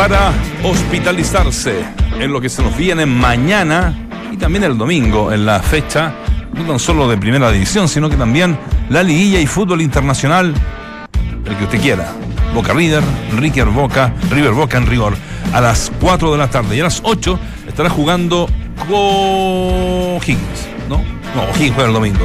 para hospitalizarse en lo que se nos viene mañana y también el domingo en la fecha, no tan solo de primera división, sino que también la liguilla y fútbol internacional, el que usted quiera. Boca River, River Boca en rigor, a las 4 de la tarde, y a las 8 estará jugando O'Higgins, ¿no? No, O'Higgins juega el domingo.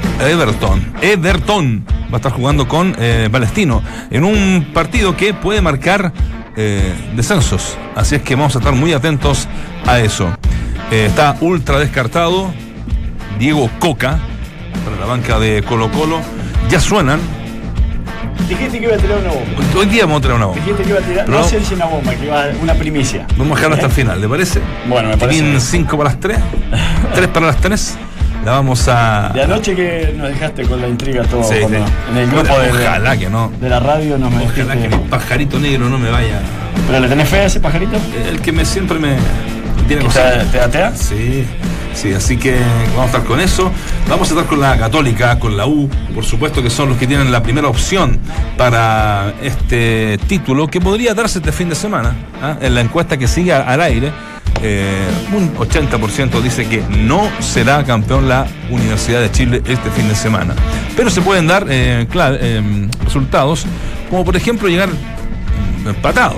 Everton va a estar jugando con Palestino en un partido que puede marcar descensos, así es que vamos a estar muy atentos a eso. Está ultra descartado Diego Coca para la banca de Colo-Colo. Ya suenan. Dijiste que iba a tirar una bomba. Hoy día vamos a tirar una bomba. Dijiste que iba a tirar, no sé si una bomba, que iba a una primicia. Vamos a dejarlo hasta el final, ¿le parece? Bueno, me parece. 5 para las 3, 3 para las 3. La vamos a... De anoche que nos dejaste con la intriga todo, sí, en el grupo ojalá que no. De la radio nos me Ojalá dijiste... que el pajarito negro no me vaya... ¿Pero le tenés fe a ese pajarito? El que siempre me tiene cosas. ¿Te datea? Sí, así que vamos a estar con eso. Vamos a estar con la Católica, con la U, por supuesto, que son los que tienen la primera opción para este título, que podría darse este fin de semana, ¿eh? En la encuesta que sigue al aire, un 80% dice que no será campeón la Universidad de Chile este fin de semana. Pero se pueden dar resultados, como por ejemplo llegar empatado.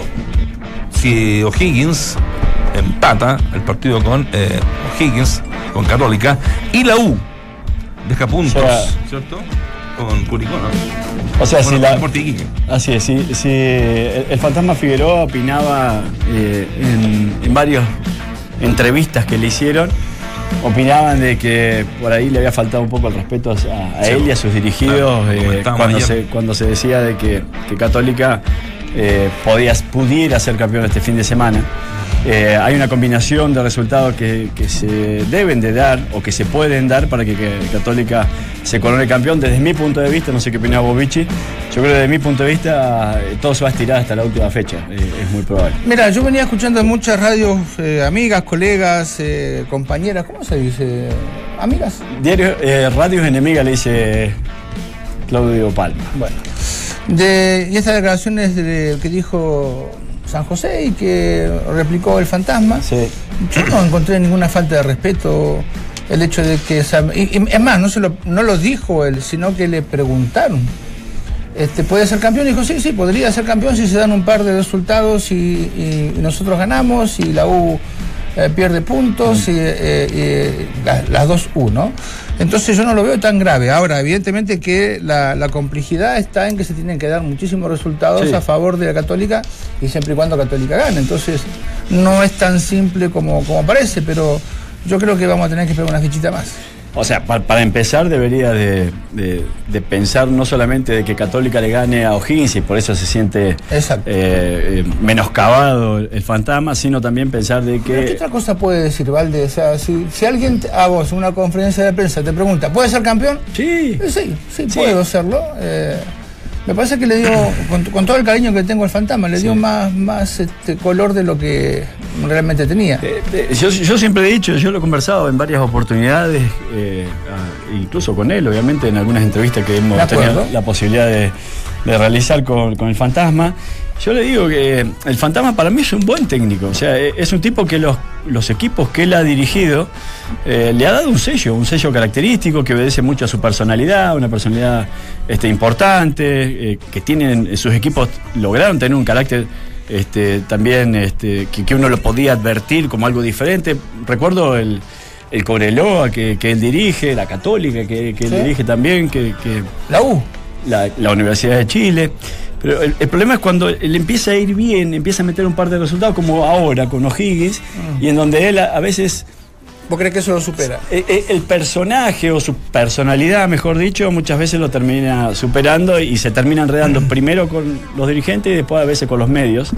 Si O'Higgins empata el partido con O'Higgins, con Católica, y la U deja puntos, ¿cierto? Con Curicó, ¿no? O sea, bueno, si la... Así es, si el Fantasma Figueroa opinaba en varias entrevistas que le hicieron, opinaban de que por ahí le había faltado un poco el respeto a él y a sus dirigidos, cuando se decía de que Católica pudiera ser campeón este fin de semana. Hay una combinación de resultados que se deben de dar o que se pueden dar para que Católica se corone campeón. Desde mi punto de vista, no sé qué opinaba Bobici, yo creo que desde mi punto de vista todo se va a estirar hasta la última fecha, es muy probable. Mira, yo venía escuchando en muchas radios, amigas, colegas, compañeras, ¿cómo se dice? ¿Amigas? Radios enemigas, le dice Claudio Palma. Bueno, y estas declaraciones que dijo San José y que replicó el Fantasma, sí. Yo no encontré ninguna falta de respeto el hecho de que... es más, no lo dijo él, sino que le preguntaron, ¿puede ser campeón? Y dijo, sí, podría ser campeón si se dan un par de resultados y nosotros ganamos y la U pierde puntos y las dos U, ¿no? Entonces yo no lo veo tan grave. Ahora, evidentemente que la complejidad está en que se tienen que dar muchísimos resultados a favor de la Católica y siempre y cuando Católica gane. Entonces no es tan simple como parece, pero yo creo que vamos a tener que esperar una fichita más. O sea, para empezar debería de pensar no solamente de que Católica le gane a O'Higgins y por eso se siente menoscabado el Fantasma, sino también pensar de que... ¿Qué otra cosa puede decir, Valde? O sea, si alguien a vos en una conferencia de prensa te pregunta, ¿puede ser campeón? Sí. Sí, puedo serlo. Me parece que le dio, con todo el cariño que tengo al Fantasma, le dio más color de lo que realmente tenía. Yo siempre he dicho, yo lo he conversado en varias oportunidades, incluso con él, obviamente, en algunas entrevistas que hemos tenido la posibilidad de realizar con el Fantasma. Yo le digo que el Fantasma para mí es un buen técnico, o sea, es un tipo que los equipos que él ha dirigido le ha dado un sello característico que obedece mucho a su personalidad, una personalidad importante, que tienen sus equipos, lograron tener un carácter también que uno lo podía advertir como algo diferente. Recuerdo el Cobreloa que él dirige, la Católica que él dirige también, la U, la Universidad de Chile. Pero el problema es cuando él empieza a ir bien, empieza a meter un par de resultados, como ahora con O'Higgins, y en donde él a veces... ¿Vos crees que eso lo supera? El personaje o su personalidad, mejor dicho, muchas veces lo termina superando y se termina enredando primero con los dirigentes y después a veces con los medios.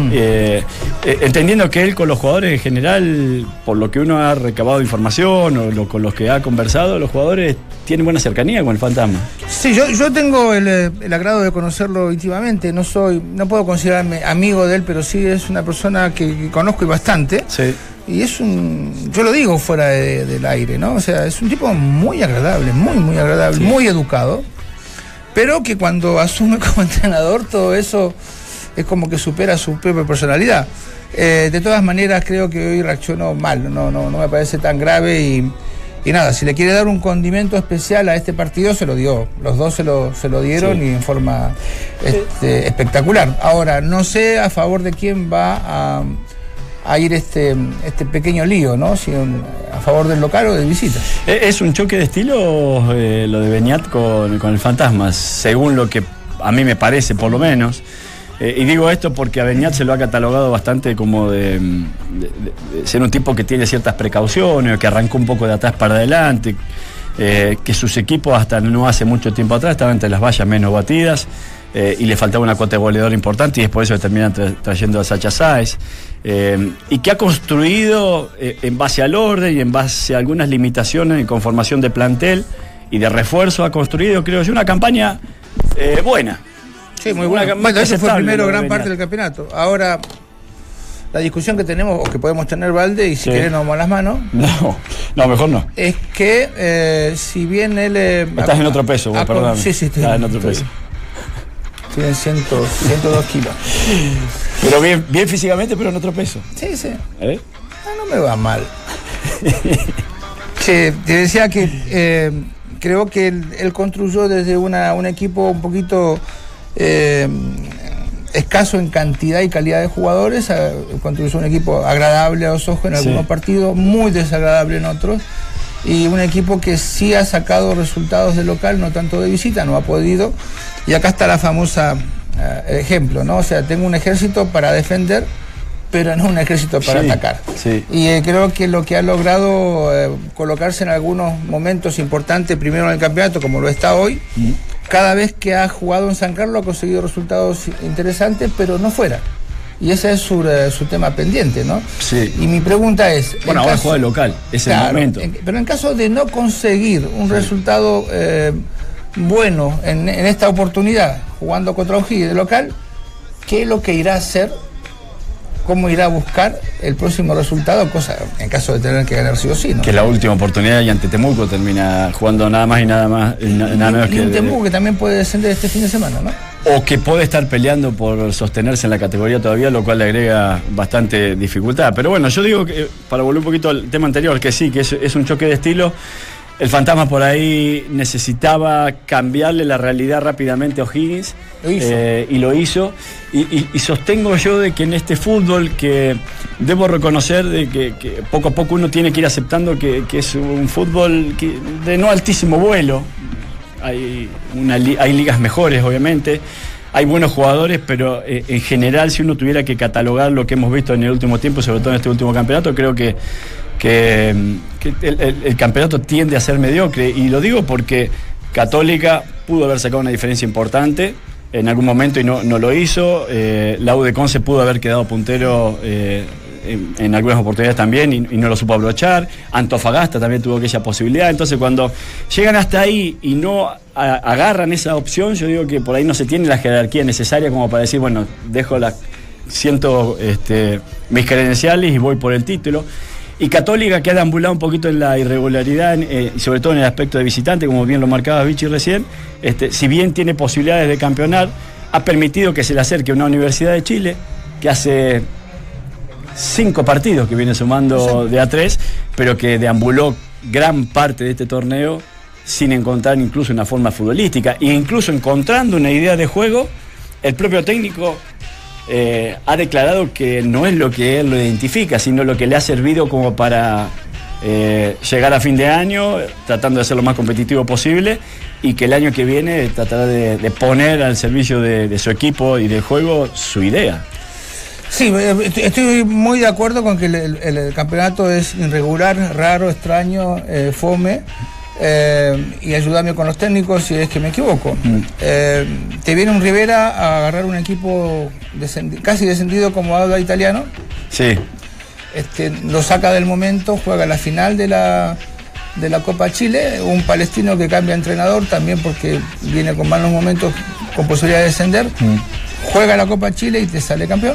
Entendiendo que él con los jugadores en general, por lo que uno ha recabado información o con los que ha conversado, los jugadores tienen buena cercanía con el Fantasma. Sí, yo tengo el agrado de conocerlo íntimamente. No puedo considerarme amigo de él, pero sí es una persona que conozco y bastante. Sí. Y yo lo digo fuera del aire, ¿no? O sea, es un tipo muy agradable, muy agradable, muy educado, pero que cuando asume como entrenador todo eso es como que supera su propia personalidad. De todas maneras, creo que hoy reaccionó mal, no me parece tan grave y nada, si le quiere dar un condimento especial a este partido, se lo dio. Los dos se lo dieron, sí, y en forma espectacular. Ahora, no sé a favor de quién va a ir este pequeño lío, ¿no? Si a favor del local o del visita. Es un choque de estilo lo de Beñat con el Fantasma, según lo que a mí me parece, por lo menos. Y digo esto porque a Beñat se lo ha catalogado bastante como de ser un tipo que tiene ciertas precauciones, que arrancó un poco de atrás para adelante, que sus equipos hasta no hace mucho tiempo atrás estaban entre las vallas menos batidas, y le faltaba una cuota de goleador importante, y es por eso que terminan trayendo a Sacha Sáez, y que ha construido en base al orden y en base a algunas limitaciones en conformación de plantel y de refuerzo, ha construido, creo yo, una campaña buena. Sí, muy buena. Bueno, eso fue primero gran parte del campeonato. Ahora, la discusión que tenemos, o que podemos tener, Valde, y si querés nos vamos a las manos. No, mejor no. Es que si bien él... Estás en otro peso, perdón. Sí, estoy en otro peso. Estoy en 102 kilos. Pero bien físicamente, pero en otro peso. Sí. No me va mal. Te decía que creo que él construyó desde un equipo un poquito... escaso en cantidad y calidad de jugadores, construyó un equipo agradable a los ojos en algunos partidos, muy desagradable en otros, y un equipo que sí ha sacado resultados de local, no tanto de visita, no ha podido, y acá está la famosa ejemplo, ¿no? O sea, tengo un ejército para defender, pero no un ejército para atacar. Sí. Y creo que lo que ha logrado colocarse en algunos momentos importantes, primero en el campeonato, como lo está hoy, cada vez que ha jugado en San Carlos ha conseguido resultados interesantes, pero no fuera. Y ese es su tema pendiente, ¿no? Sí. Y mi pregunta es... Bueno, ahora juega de local, es el momento. Pero en caso de no conseguir un resultado bueno en esta oportunidad, jugando contra O'Higgins de local, ¿qué es lo que irá a hacer? ¿Cómo irá a buscar el próximo resultado? Cosa en caso de tener que ganar sí o sí, ¿no? Que la última oportunidad, y ante Temuco termina jugando nada más y nada menos que... un Temuco que también puede descender este fin de semana, ¿no? O que puede estar peleando por sostenerse en la categoría todavía, lo cual le agrega bastante dificultad. Pero bueno, yo digo que, para volver un poquito al tema anterior, que sí, que es un choque de estilo. El Fantasma por ahí necesitaba cambiarle la realidad rápidamente a O'Higgins, y lo hizo. Y sostengo yo de que en este fútbol, que debo reconocer de que poco a poco uno tiene que ir aceptando que es un fútbol de no altísimo vuelo. Hay ligas mejores, obviamente. Hay buenos jugadores, pero en general, si uno tuviera que catalogar lo que hemos visto en el último tiempo, sobre todo en este último campeonato, creo que el campeonato tiende a ser mediocre, y lo digo porque Católica pudo haber sacado una diferencia importante en algún momento y no lo hizo. La U de Conce pudo haber quedado puntero en algunas oportunidades también y no lo supo aprovechar. Antofagasta también tuvo aquella posibilidad. Entonces, cuando llegan hasta ahí y no agarran esa opción, yo digo que por ahí no se tiene la jerarquía necesaria como para decir, bueno, siento mis credenciales y voy por el título. Y Católica, que ha deambulado un poquito en la irregularidad, y sobre todo en el aspecto de visitante, como bien lo marcaba Vichy recién, si bien tiene posibilidades de campeonar, ha permitido que se le acerque una Universidad de Chile, que hace 5 partidos que viene sumando de A3, pero que deambuló gran parte de este torneo sin encontrar incluso una forma futbolística, e incluso encontrando una idea de juego. El propio técnico ha declarado que no es lo que él lo identifica, sino lo que le ha servido como para llegar a fin de año tratando de ser lo más competitivo posible, y que el año que viene tratará de poner al servicio de su equipo y del juego su idea. Sí, estoy muy de acuerdo con que el campeonato es irregular, raro, extraño, fome. Y ayúdame con los técnicos si es que me equivoco. Te viene un Rivera a agarrar un equipo casi descendido como Auda Italiano. Sí. Lo saca del momento, juega la final de la Copa Chile, un palestino que cambia entrenador también porque viene con malos momentos, con posibilidad de descender. Juega la Copa Chile y te sale campeón.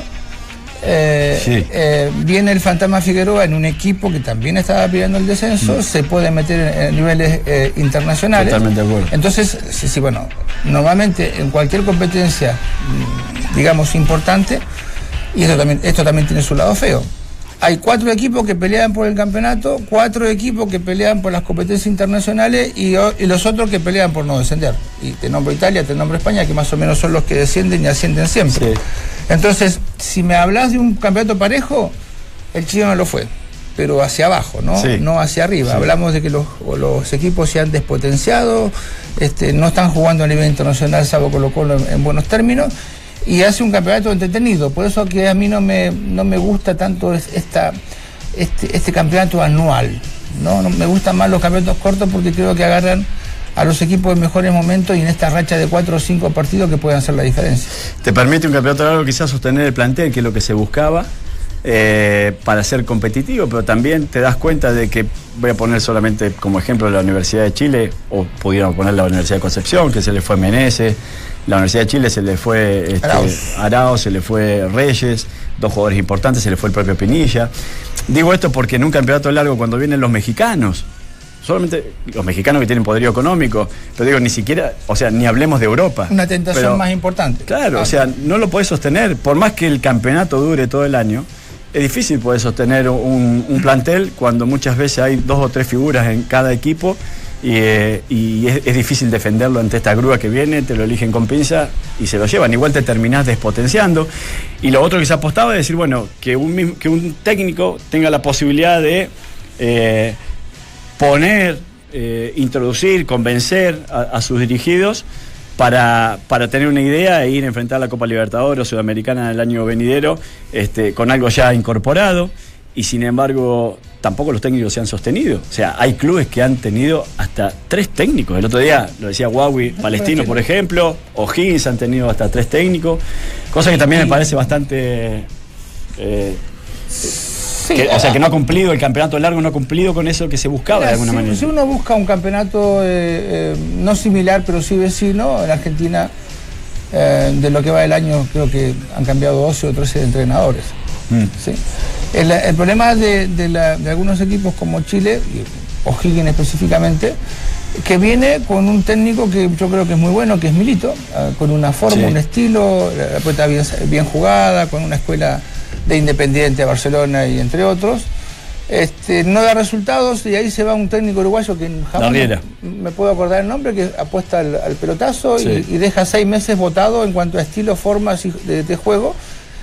Viene el Fantasma Figueroa en un equipo que también estaba pidiendo el descenso, se puede meter en niveles internacionales. Totalmente de acuerdo. Entonces, sí, bueno, normalmente en cualquier competencia digamos, importante, y esto también tiene su lado feo. Hay 4 equipos que pelean por el campeonato, 4 equipos que pelean por las competencias internacionales y los otros que pelean por no descender. Y te nombro Italia, te nombro España, que más o menos son los que descienden y ascienden siempre. Sí. Entonces, si me hablas de un campeonato parejo, el Chile no lo fue, pero hacia abajo, ¿no? Sí. No hacia arriba. Sí. Hablamos de que los equipos se han despotenciado, no están jugando a nivel internacional, salvo Colo-Colo en buenos términos, y hace un campeonato entretenido. Por eso que a mí no me gusta tanto este campeonato anual, ¿no? No me gustan más los campeonatos cortos porque creo que agarran a los equipos en mejores momentos y en esta racha de 4 o 5 partidos que pueden hacer la diferencia. Te permite un campeonato largo quizás sostener el plantel, que es lo que se buscaba, para ser competitivo, pero también te das cuenta de que, voy a poner solamente como ejemplo la Universidad de Chile, o pudiéramos poner la Universidad de Concepción, que se le fue Meneses, la Universidad de Chile se le fue Arauz, se le fue Reyes, 2 jugadores importantes, se le fue el propio Pinilla. Digo esto porque en un campeonato largo, cuando vienen los mexicanos, solamente los mexicanos que tienen poderío económico, pero digo, ni siquiera, o sea, ni hablemos de Europa. Una tentación más importante. Claro, o sea, no lo podés sostener, por más que el campeonato dure todo el año. Es difícil poder sostener un plantel cuando muchas veces hay 2 o 3 figuras en cada equipo y es difícil defenderlo ante esta grúa que viene, te lo eligen con pinza y se lo llevan. Igual te terminás despotenciando. Y lo otro que se apostaba es decir, bueno, que un técnico tenga la posibilidad de introducir, convencer a sus dirigidos para tener una idea e ir a enfrentar la Copa Libertadores o Sudamericana del año venidero con algo ya incorporado, y sin embargo tampoco los técnicos se han sostenido. O sea, hay clubes que han tenido hasta 3 técnicos. El otro día lo decía Huawei, Palestino, por ejemplo, O'Higgins han tenido hasta 3 técnicos, cosa que también me parece bastante... o sea, que no ha cumplido, el campeonato largo no ha cumplido con eso que se buscaba de alguna manera. Si uno busca un campeonato no similar, pero sí vecino, en Argentina, de lo que va del año, creo que han cambiado 12 o 13 entrenadores. ¿Sí? El problema de algunos equipos como Chile, o O'Higgins específicamente, que viene con un técnico que yo creo que es muy bueno, que es Milito, con una forma, un estilo, la pelota bien jugada, con una escuela de Independiente, Barcelona y entre otros, no da resultados, y ahí se va un técnico uruguayo que jamás me puedo acordar el nombre, que apuesta al pelotazo. Sí. y deja 6 meses votado en cuanto a estilo, formas de juego,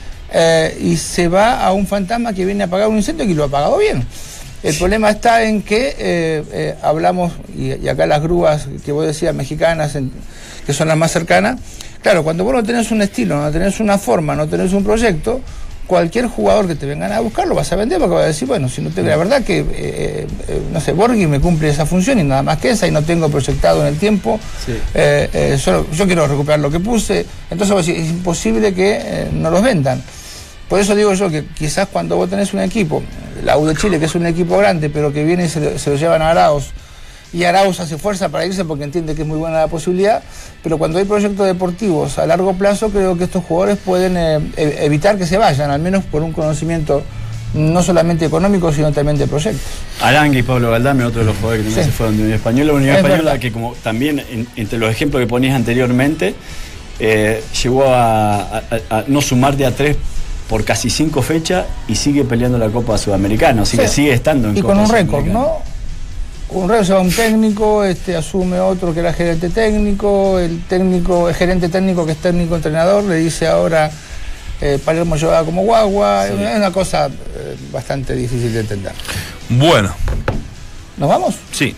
y se va a un fantasma que viene a apagar un incendio que lo ha apagado bien. El problema está en que hablamos, y acá las grúas que vos decías mexicanas, que son las más cercanas, claro, cuando vos no tenés un estilo, no tenés una forma, no tenés un proyecto, cualquier jugador que te vengan a buscar lo vas a vender, porque vas a decir, bueno, si no tengo, la verdad que, no sé, Borghi me cumple esa función y nada más que esa, y no tengo proyectado en el tiempo, sí. Solo, yo quiero recuperar lo que puse, entonces vas a decir, es imposible que no los vendan. Por eso digo yo que quizás cuando vos tenés un equipo, la U de Chile, que es un equipo grande, pero que viene y se lo llevan a Arauz, y Arauz hace fuerza para irse porque entiende que es muy buena la posibilidad, pero cuando hay proyectos deportivos a largo plazo, creo que estos jugadores pueden evitar que se vayan, al menos por un conocimiento no solamente económico, sino también de proyectos. Arangui y Pablo Galdame, otro de los jugadores que también se fueron de Unión Española. Unión Española, que como también entre los ejemplos que ponías anteriormente, llegó a no sumar de a 3 por casi 5 fechas y sigue peleando la Copa Sudamericana, así que sigue estando en y Copa con un récord, ¿no? Un récord, se va un técnico, asume otro que era gerente técnico, el gerente técnico que es técnico entrenador, le dice ahora Palermo llevaba como guagua, sí. Es una cosa bastante difícil de entender. Bueno. ¿Nos vamos? Sí.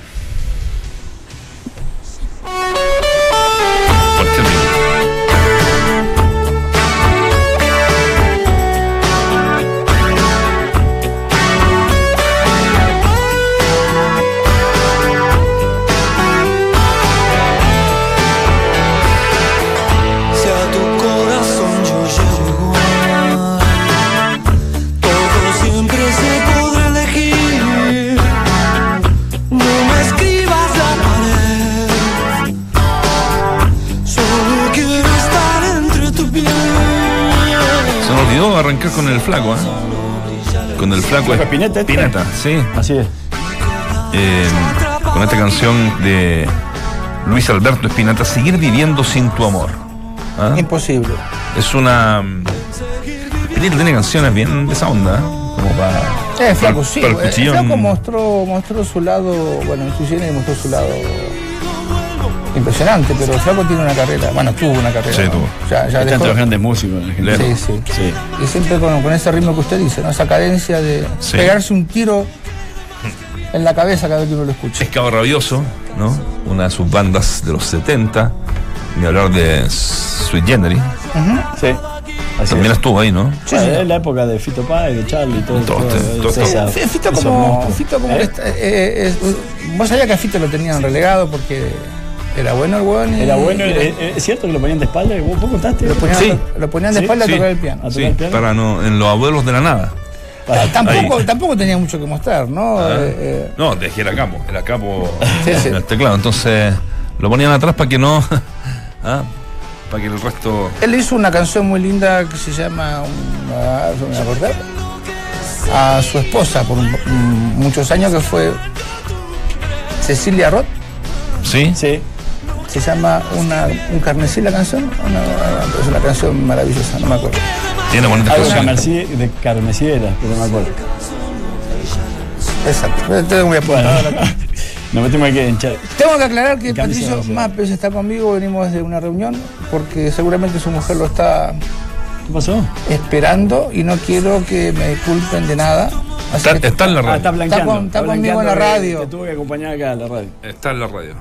Arrancar con el flaco, con el flaco Spinetta, sí, así es. Con esta canción de Luis Alberto Spinetta, Seguir viviendo sin tu amor. Imposible. Es una... Tiene canciones bien de esa onda, como para... Flaco, sí. Para el cuchillón. Flaco mostró su lado, bueno, en su cine mostró su lado impresionante, pero Flaco tiene una carrera, bueno, tuvo una carrera. Sí, tuvo. Ya está entre los grandes músicos. Sí. Y siempre con ese ritmo que usted dice, ¿no? Esa cadencia de pegarse un tiro en la cabeza cada vez que uno lo escucha. Es Cabo Rabioso, ¿no? Una de sus bandas de los 70, ni hablar de Sui Generis. Sí. También estuvo ahí, ¿no? Sí, es la época de Fito Páez, de Charlie, todo. Fito como vos sabías que a Fito lo tenían relegado porque era bueno el hueón. Era bueno, es cierto que lo ponían de espalda, ¿vos contaste? Lo ponían de espalda a tocar el piano. Para no, en los abuelos de la nada. Tampoco tenía mucho que mostrar, ¿no? No, era capo en el teclado, entonces lo ponían atrás para que no... para que el resto... Él hizo una canción muy linda que se llama, ¿me acordás? A su esposa por muchos años, que fue Cecilia Roth. Sí. Se llama Un carmesí la canción. Es una canción maravillosa, no me acuerdo. Tiene bonitas canciones. De carmesí era, pero no me acuerdo. Exacto. Entonces voy a apuntar. Nos metimos aquí en chat. Tengo que aclarar que Patricio Mappes está conmigo, venimos desde una reunión, porque seguramente su mujer lo está... ¿Qué pasó? Esperando, y no quiero que me culpen de nada. Así está en la radio. Está blanqueando. Está conmigo en la radio. Te tuve que acompañar acá a la radio. Está en la radio.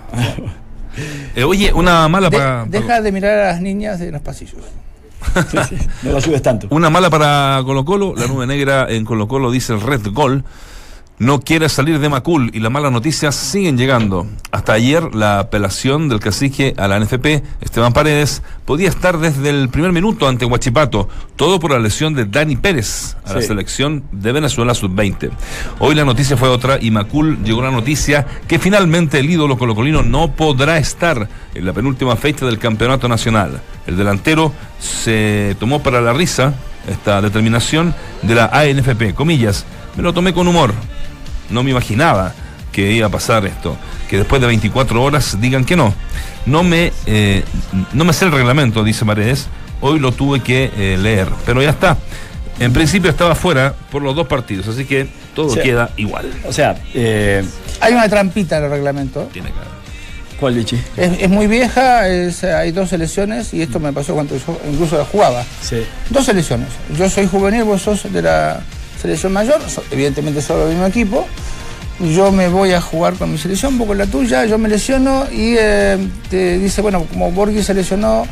Oye, una mala para... Deja de mirar a las niñas en los pasillos. Sí. No lo ayudes tanto. Una mala para Colo-Colo. La nube negra en Colo-Colo, dice el Red Gol, no quiere salir de Macul, y las malas noticias siguen llegando. Hasta ayer, la apelación del cacique a la NFP, Esteban Paredes, podía estar desde el primer minuto ante Huachipato, todo por la lesión de Dani Pérez a la selección de Venezuela sub-20. Hoy la noticia fue otra, y Macul llegó la noticia que finalmente el ídolo colocolino no podrá estar en la penúltima fecha del campeonato nacional. El delantero se tomó para la risa esta determinación de la ANFP, comillas, me lo tomé con humor. No me imaginaba que iba a pasar esto, que después de 24 horas digan que no. No me sé el reglamento, dice Paredes, hoy lo tuve que leer, pero ya está. En principio estaba fuera por los 2 partidos, así que todo queda igual. O sea, hay una trampita en el reglamento. Tiene que haber. ¿Cuál, Lichi? Es muy vieja, hay 2 selecciones, y esto me pasó cuando yo incluso jugaba. Sí. 2 selecciones. Yo soy juvenil, vos sos de la selección mayor, evidentemente solo el mismo equipo. Yo me voy a jugar con mi selección, vos con la tuya, yo me lesiono, y te dice, bueno, como Borghi se lesionó,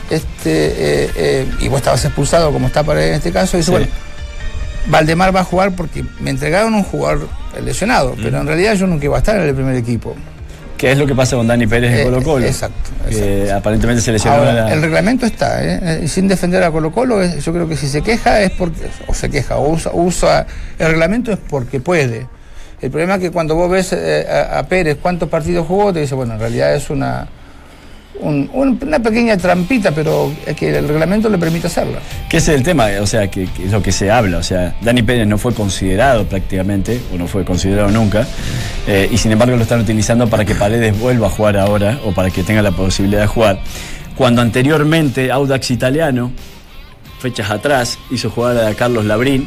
y vos estabas expulsado, como está para en este caso, dice, bueno, Valdemar va a jugar porque me entregaron un jugador lesionado, pero en realidad yo nunca iba a estar en el primer equipo. ¿Qué es lo que pasa con Dani Pérez de Colo-Colo? Exacto. Aparentemente se lesionó. Ahora, el reglamento está, sin defender a Colo-Colo, yo creo que si se queja es porque, o usa el reglamento es porque puede. El problema es que cuando vos ves a Pérez cuántos partidos jugó, te dice, bueno, en realidad es una pequeña trampita, pero es que el reglamento le permite hacerlo. ¿Qué es el tema? O sea, que es lo que se habla. O sea, Dani Pérez no fue considerado prácticamente, o no fue considerado nunca, y sin embargo lo están utilizando para que Paredes vuelva a jugar ahora, o para que tenga la posibilidad de jugar. Cuando anteriormente Audax Italiano, fechas atrás, hizo jugar a Carlos Labrín,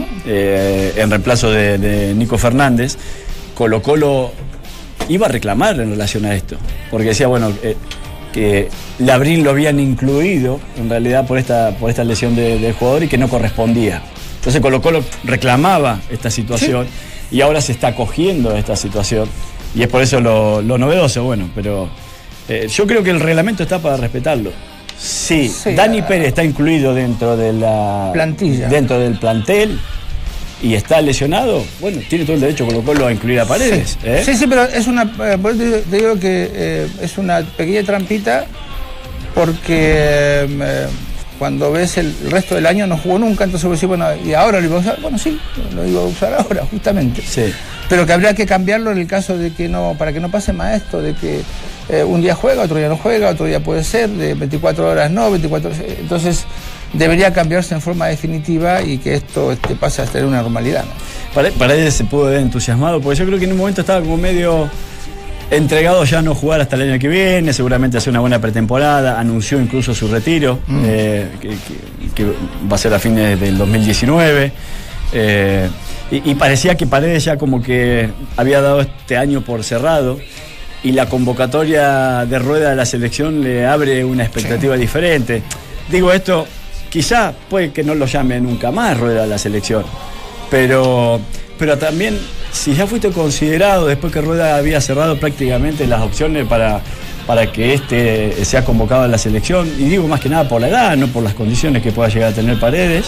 en reemplazo de Nico Fernández. Colo-Colo iba a reclamar en relación a esto, porque decía, bueno, que Labrín lo habían incluido en realidad por esta lesión del jugador y que no correspondía. Entonces Colo-Colo reclamaba esta situación, y ahora se está acogiendo a esta situación, y es por eso lo novedoso. Bueno, pero yo creo que el reglamento está para respetarlo. Sí, Dani Pérez está incluido dentro de la plantilla, dentro del plantel, y está lesionado, bueno, tiene todo el derecho Colo-Colo a incluir a Paredes. Sí, pero es te digo que es una pequeña trampita, porque cuando ves el resto del año no jugó nunca, entonces vos decís, bueno, ¿y ahora lo iba a usar? Bueno, sí, lo iba a usar ahora, justamente. Sí. Pero que habría que cambiarlo en el caso de que no, para que no pase más esto, de que un día juega, otro día no juega, otro día puede ser, de 24 horas no, 24 horas. Entonces debería cambiarse en forma definitiva, y que esto pase a ser una normalidad, ¿no? Paredes se pudo ver entusiasmado, porque yo creo que en un momento estaba como medio Entregado ya a no jugar hasta el año que viene, seguramente hace una buena pretemporada, anunció incluso su retiro, que va a ser a fines del 2019. Y parecía que Paredes ya como que había dado este año por cerrado, y la convocatoria de Rueda a la selección le abre una expectativa diferente. Digo esto, quizá puede que no lo llame nunca más Rueda a la selección, pero también, si ya fuiste considerado después que Rueda había cerrado prácticamente las opciones para que sea convocado a la selección, y digo más que nada por la edad, no por las condiciones que pueda llegar a tener Paredes,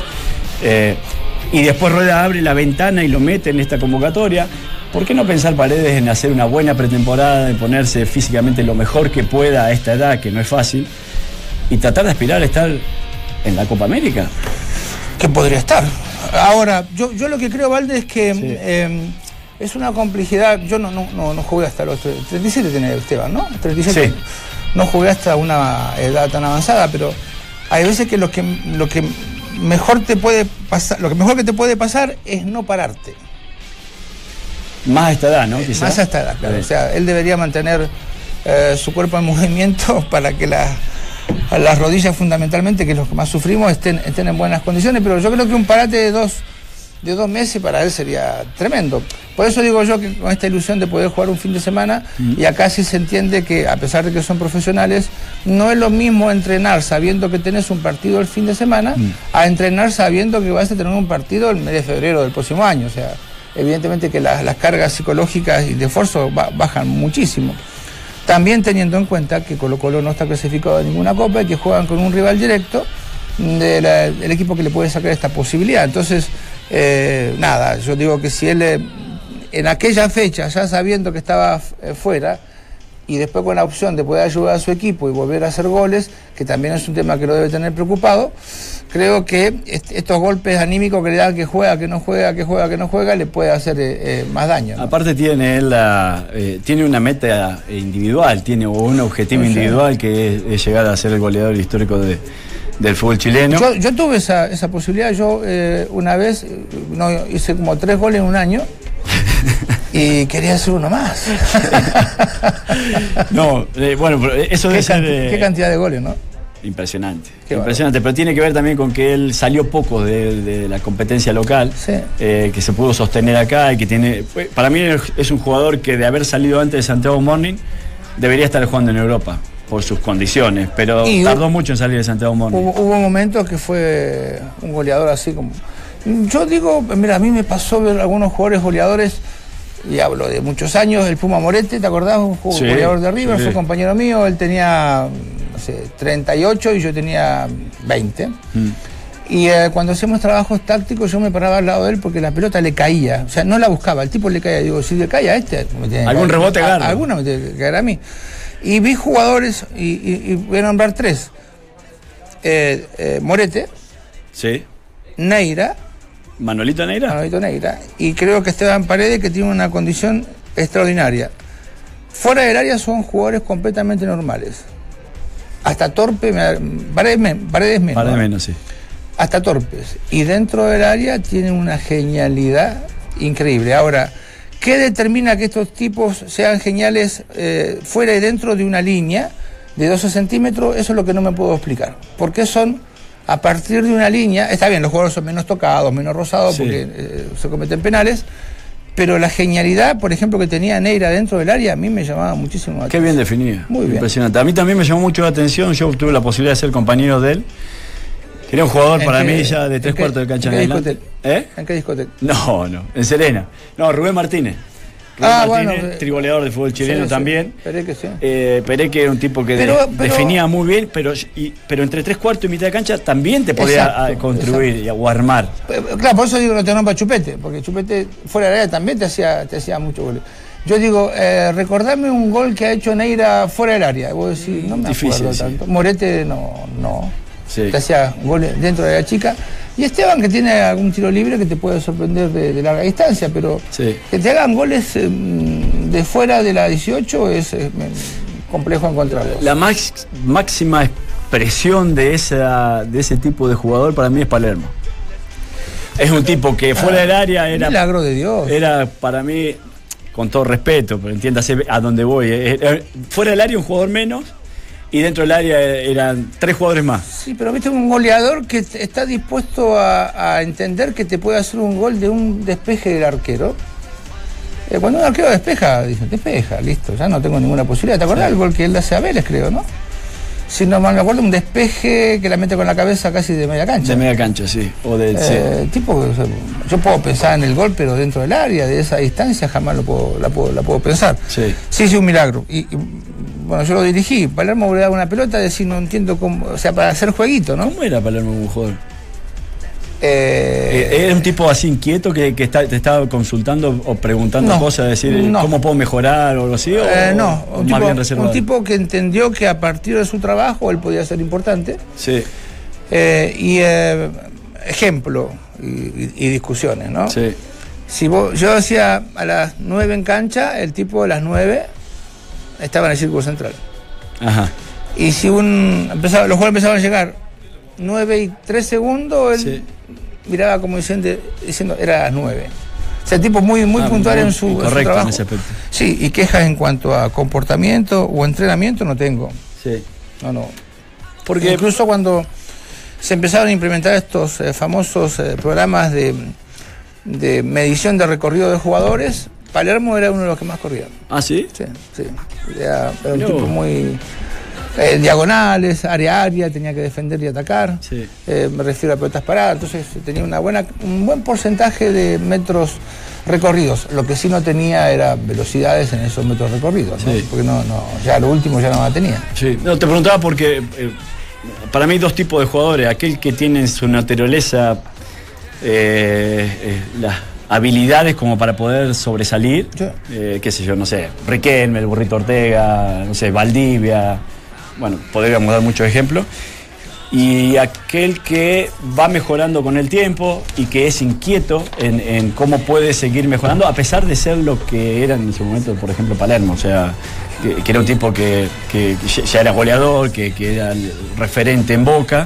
y después Rueda abre la ventana y lo mete en esta convocatoria, ¿por qué no pensar Paredes en hacer una buena pretemporada, en ponerse físicamente lo mejor que pueda a esta edad, que no es fácil, y tratar de aspirar a estar en la Copa América? Que podría estar. Ahora, yo lo que creo, Valde, es que es una complejidad. Yo no jugué hasta los 37, tiene Esteban, ¿no? 37. Sí. No jugué hasta una edad tan avanzada, pero hay veces que lo que mejor te puede pasar, lo que mejor que te puede pasar es no pararte. Más a esta edad, ¿no? Quizás. Más a esta edad, claro. O sea, él debería mantener su cuerpo en movimiento para que las rodillas, fundamentalmente, que es lo que más sufrimos, estén en buenas condiciones, pero yo creo que un parate de dos meses para él sería tremendo. Por eso digo yo que con esta ilusión de poder jugar un fin de semana, y acá sí se entiende que, a pesar de que son profesionales, no es lo mismo entrenar sabiendo que tenés un partido el fin de semana, a entrenar sabiendo que vas a tener un partido el mes de febrero del próximo año. O sea, evidentemente que las cargas psicológicas y de esfuerzo bajan muchísimo. También teniendo en cuenta que Colo-Colo no está clasificado a ninguna copa y que juegan con un rival directo del equipo que le puede sacar esta posibilidad. Entonces, nada, yo digo que si él en aquella fecha, ya sabiendo que estaba fuera, y después con la opción de poder ayudar a su equipo y volver a hacer goles, que también es un tema que lo debe tener preocupado, creo que estos golpes anímicos que le dan, que juega, que no juega, que juega, que no juega, le puede hacer más daño, ¿no? Aparte tiene él tiene una meta individual, tiene un objetivo individual, que es llegar a ser el goleador histórico del fútbol chileno. Yo tuve esa posibilidad. Yo una vez hice como 3 goles en un año y quería hacer uno más. No, bueno, pero eso debe ser... ¿Qué cantidad de goles, no? Impresionante, impresionante, pero tiene que ver también con que él salió poco de la competencia local, que se pudo sostener acá, y que para mí es un jugador que, de haber salido antes de Santiago Morning, debería estar jugando en Europa por sus condiciones, pero tardó mucho en salir de Santiago Morning. Hubo momentos que fue un goleador así como... Yo digo, mira, a mí me pasó ver algunos jugadores goleadores, y hablo de muchos años, el Puma Morete, ¿te acordás? Un goleador de River, fue compañero mío, él tenía, no sé, 38 y yo tenía 20. Y cuando hacíamos trabajos tácticos, yo me paraba al lado de él porque la pelota le caía, o sea, no la buscaba, el tipo le caía. Digo, si le cae a este, algún rebote agarra. Alguna me tiene que caer a mí. Y vi jugadores, y voy a nombrar 3. Morete, Neira, Manolito Neira, y creo que Esteban Paredes, que tiene una condición extraordinaria. Fuera del área son jugadores completamente normales. Hasta torpe, Paredes menos, sí. Hasta torpes. Y dentro del área tienen una genialidad increíble. Ahora, ¿qué determina que estos tipos sean geniales fuera y dentro de una línea de 12 centímetros? Eso es lo que no me puedo explicar. ¿Por qué son, a partir de una línea? Está bien, los jugadores son menos tocados, menos rosados, porque se cometen penales, pero la genialidad, por ejemplo, que tenía Neira dentro del área, a mí me llamaba muchísimo la atención. Qué bien definida. Muy bien. Impresionante. A mí también me llamó mucho la atención. Yo tuve la posibilidad de ser compañero de él. Era un jugador para mí ya de 3 cuartos de cancha en adelante. ¿En qué discoteca? No, en Serena. No, Rubén Martínez. Martínez, trigoleador de fútbol chileno también. Pereque, sí. Pereque era un tipo que definía muy bien, pero entre 3 cuartos y mitad de cancha también te podía contribuir o armar. Claro, por eso digo, no te nombra Chupete, porque Chupete fuera de área también te hacía muchos goles. Yo digo, recordame un gol que ha hecho Neira fuera del área. Vos decís, no me acuerdo tanto. Morete, no. Te hacía goles dentro de la chica. Y Esteban, que tiene algún tiro libre que te puede sorprender de larga distancia, pero que te hagan goles de fuera de la 18 es complejo encontrarlos. La máxima expresión de ese tipo de jugador para mí es Palermo. Es un tipo que fuera del área era... Milagro de Dios. Era para mí... con todo respeto, pero entiéndase a dónde voy. Fuera del área un jugador menos y dentro del área eran 3 jugadores más. Sí, pero viste un goleador que está dispuesto a entender que te puede hacer un gol de un despeje del arquero. Cuando un arquero despeja, dice, despeja, listo, ya no tengo ninguna posibilidad. ¿Te acordás del gol que él hace a Vélez, creo, no? Si no mal me acuerdo, un despeje que la mete con la cabeza casi de media cancha. De media cancha, sí. O sí. Tipo, o sea, yo puedo pensar en el gol, pero dentro del área, de esa distancia, jamás la puedo pensar. Sí, un milagro. Y bueno, yo lo dirigí. Palermo le daba una pelota, decir, no entiendo cómo, o sea, para hacer jueguito, ¿no? ¿Cómo era Palermo un jugador? ¿Era un tipo así inquieto que te estaba consultando o preguntando cosas, decir cómo puedo mejorar o algo así? No, un tipo que entendió que a partir de su trabajo él podía ser importante. Sí. Ejemplo y discusiones, ¿no? Sí. Si yo hacía a las 9 en cancha, el tipo a las 9 estaba en el círculo central. Ajá. Y si los jugadores empezaban a llegar 9 y 3 segundos, él miraba como diciendo era las 9. O sea, tipo muy puntual en su trabajo. En ese aspecto. Sí, y quejas en cuanto a comportamiento o entrenamiento no tengo. Sí. No. Porque incluso cuando se empezaron a implementar estos famosos programas de medición de recorrido de jugadores, Palermo era uno de los que más corría. ¿Ah, sí? Sí. Era un tipo muy... diagonales, área, tenía que defender y atacar. Sí. Me refiero a pelotas paradas, entonces tenía un buen porcentaje de metros recorridos. Lo que sí no tenía era velocidades en esos metros recorridos, ¿no? Sí. Porque ya lo último ya no la tenía. Sí. No, te preguntaba porque para mí hay 2 tipos de jugadores. Aquel que tiene en su naturaleza las habilidades como para poder sobresalir, qué sé yo, no sé, Riquelme, el Burrito Ortega, no sé, Valdivia. Bueno, podríamos dar muchos ejemplos. Y aquel que va mejorando con el tiempo y que es inquieto en cómo puede seguir mejorando, a pesar de ser lo que era en su momento, por ejemplo, Palermo. O sea, que era un tipo que ya era goleador, que era el referente en Boca.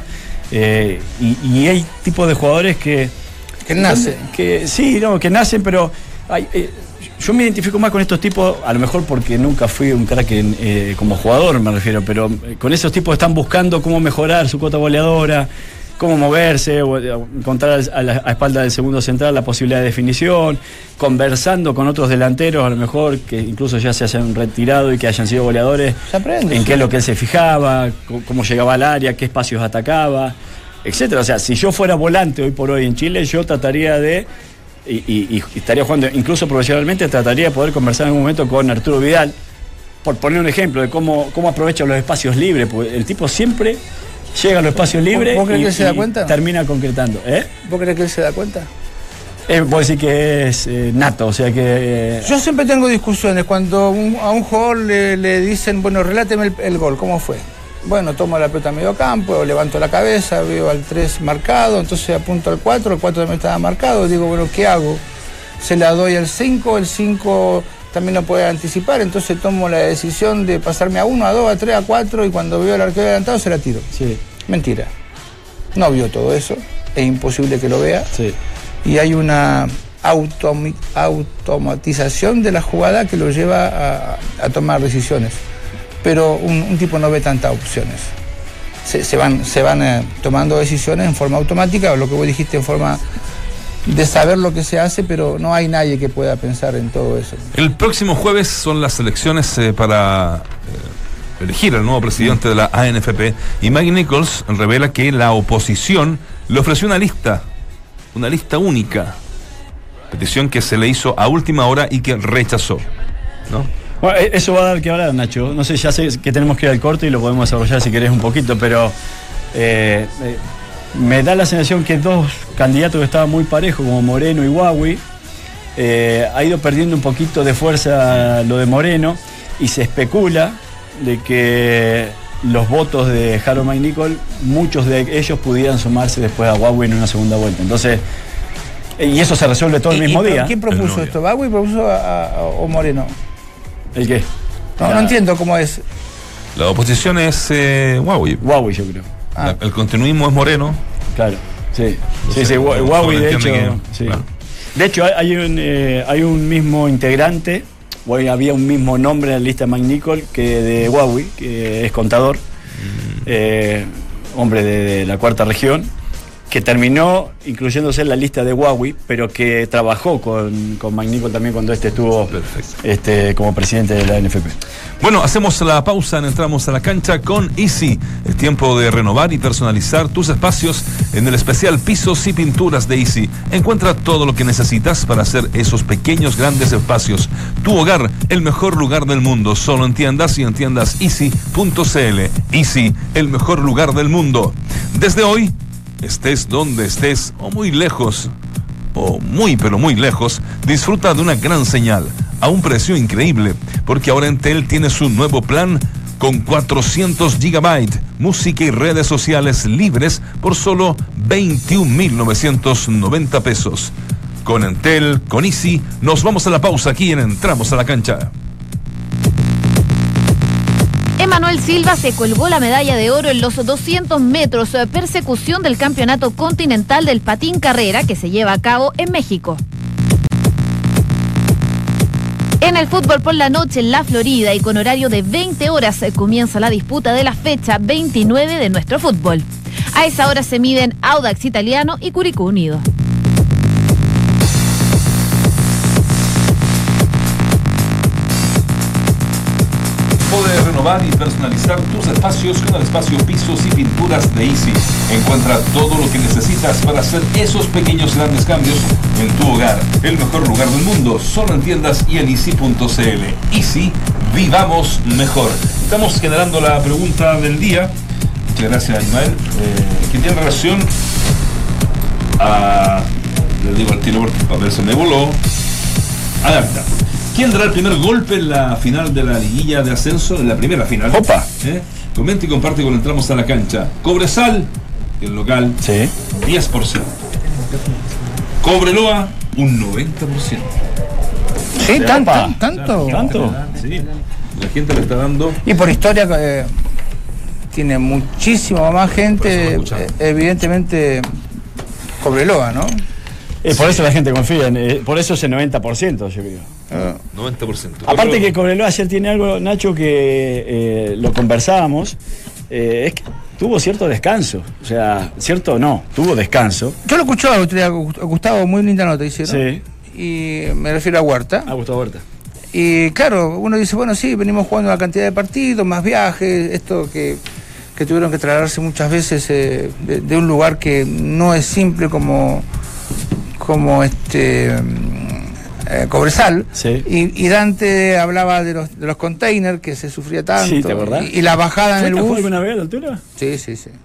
Y hay tipos de jugadores que nacen. Que nacen, pero yo me identifico más con estos tipos, a lo mejor porque nunca fui un crack como jugador, me refiero, pero con esos tipos que están buscando cómo mejorar su cuota goleadora, cómo moverse, o encontrar a espalda del segundo central la posibilidad de definición, conversando con otros delanteros, a lo mejor que incluso ya se hayan retirado y que hayan sido goleadores, en qué es lo que él se fijaba, cómo llegaba al área, qué espacios atacaba, etcétera. O sea, si yo fuera volante hoy por hoy en Chile, yo trataría de... Y estaría jugando incluso profesionalmente, trataría de poder conversar en algún momento con Arturo Vidal, por poner un ejemplo de cómo aprovecha los espacios libres, porque el tipo siempre llega a los espacios libres. ¿Vos crees que él se da cuenta? Termina concretando. ¿Vos crees que él se da cuenta? Puedo decir que es nato, o sea que... Yo siempre tengo discusiones cuando a un jugador le dicen, bueno, reláteme el gol, ¿cómo fue? Bueno, tomo la pelota a medio campo, levanto la cabeza, veo al 3 marcado, entonces apunto al 4, el 4 también estaba marcado, digo, bueno, ¿qué hago? Se la doy al 5, el 5 también lo puede anticipar, entonces tomo la decisión de pasarme a 1, a 2, a 3, a 4 y cuando veo al arquero adelantado se la tiro. Sí. Mentira. No vio todo eso, es imposible que lo vea. Sí. Y hay una automatización de la jugada que lo lleva a tomar decisiones. Pero un tipo no ve tantas opciones. Se van tomando decisiones en forma automática, o lo que vos dijiste, en forma de saber lo que se hace, pero no hay nadie que pueda pensar en todo eso. El próximo jueves son las elecciones para elegir al nuevo presidente de la ANFP, y Mike Nichols revela que la oposición le ofreció una lista única, petición que se le hizo a última hora y que rechazó, ¿no? Bueno, eso va a dar que hablar, Nacho. No sé, ya sé que tenemos que ir al corte y lo podemos desarrollar si querés un poquito, pero me da la sensación que 2 candidatos que estaban muy parejos, como Moreno y Huawei, ha ido perdiendo un poquito de fuerza lo de Moreno, y se especula de que los votos de Harold Mike Nichols, muchos de ellos pudieran sumarse después a Huawei en una segunda vuelta. Entonces, y eso se resuelve todo el mismo día. ¿Quién propuso esto? ¿Huawei propuso o Moreno? ¿El qué? No entiendo cómo es. La oposición es Huawei. Huawei, yo creo. El continuismo es Moreno. Claro, sí. Huawei, de hecho. Sí. Claro. De hecho, hay un mismo integrante había un mismo nombre en la lista de Mike Nichol que de Huawei, que es contador, hombre de la cuarta región, que terminó incluyéndose en la lista de Huawei, pero que trabajó con Mike Nichol también cuando estuvo como presidente de la NFP. Bueno, hacemos la pausa, entramos a la cancha con Easy. Es tiempo de renovar y personalizar tus espacios en el especial Pisos y Pinturas de Easy. Encuentra todo lo que necesitas para hacer esos pequeños grandes espacios. Tu hogar, el mejor lugar del mundo, solo en tiendas y en tiendas easy.cl. Easy, el mejor lugar del mundo. Desde hoy, estés donde estés o muy lejos, o muy pero muy lejos, disfruta de una gran señal a un precio increíble, porque ahora Entel tiene su nuevo plan con 400 GB, música y redes sociales libres por solo 21.990 pesos. Con Entel, con Easy, nos vamos a la pausa aquí en Entramos a la Cancha. Emanuel Silva se colgó la medalla de oro en los 200 metros, persecución del Campeonato Continental del Patín Carrera que se lleva a cabo en México. En el fútbol por la noche en la Florida y con horario de 20 horas comienza la disputa de la fecha 29 de nuestro fútbol. A esa hora se miden Audax Italiano y Curicó Unido. De renovar y personalizar tus espacios con el espacio Pisos y Pinturas de Easy. Encuentra todo lo que necesitas para hacer esos pequeños grandes cambios en tu hogar. El mejor lugar del mundo, solo en tiendas y en easy.cl. Easy, vivamos mejor. Estamos generando la pregunta del día. Muchas gracias, Ismael. Que tiene relación a... Le digo al tiro porque el papel se me voló. Adelante. ¿Quién dará el primer golpe en la final de la liguilla de ascenso? En la primera final. ¡Opa! Comenta y comparte cuando entramos a la cancha. Cobresal, el local, sí, 10%. Cobreloa, un 90%. Sí, tanto. Sí, la gente le está dando. Y por historia tiene muchísima más gente, evidentemente, Cobreloa, ¿no? Por eso la gente confía, por eso ese 90%, yo creo. 90%. Aparte que Cobreloa ayer tiene algo, Nacho, que lo conversábamos, es que tuvo cierto descanso. O sea, cierto no, tuvo descanso. Yo lo escuché el otro día, Gustavo, muy linda nota hicieron. Sí. Y me refiero a Huerta. A Gustavo Huerta. Y claro, uno dice, bueno, sí, venimos jugando una cantidad de partidos, más viajes, esto que tuvieron que trasladarse muchas veces de un lugar que no es simple como Cobresal, sí. Y Dante hablaba de los containers que se sufría tanto, sí, ¿te acordás? Y la bajada en el bus. ¿Fuiste alguna vez a la altura? Sí.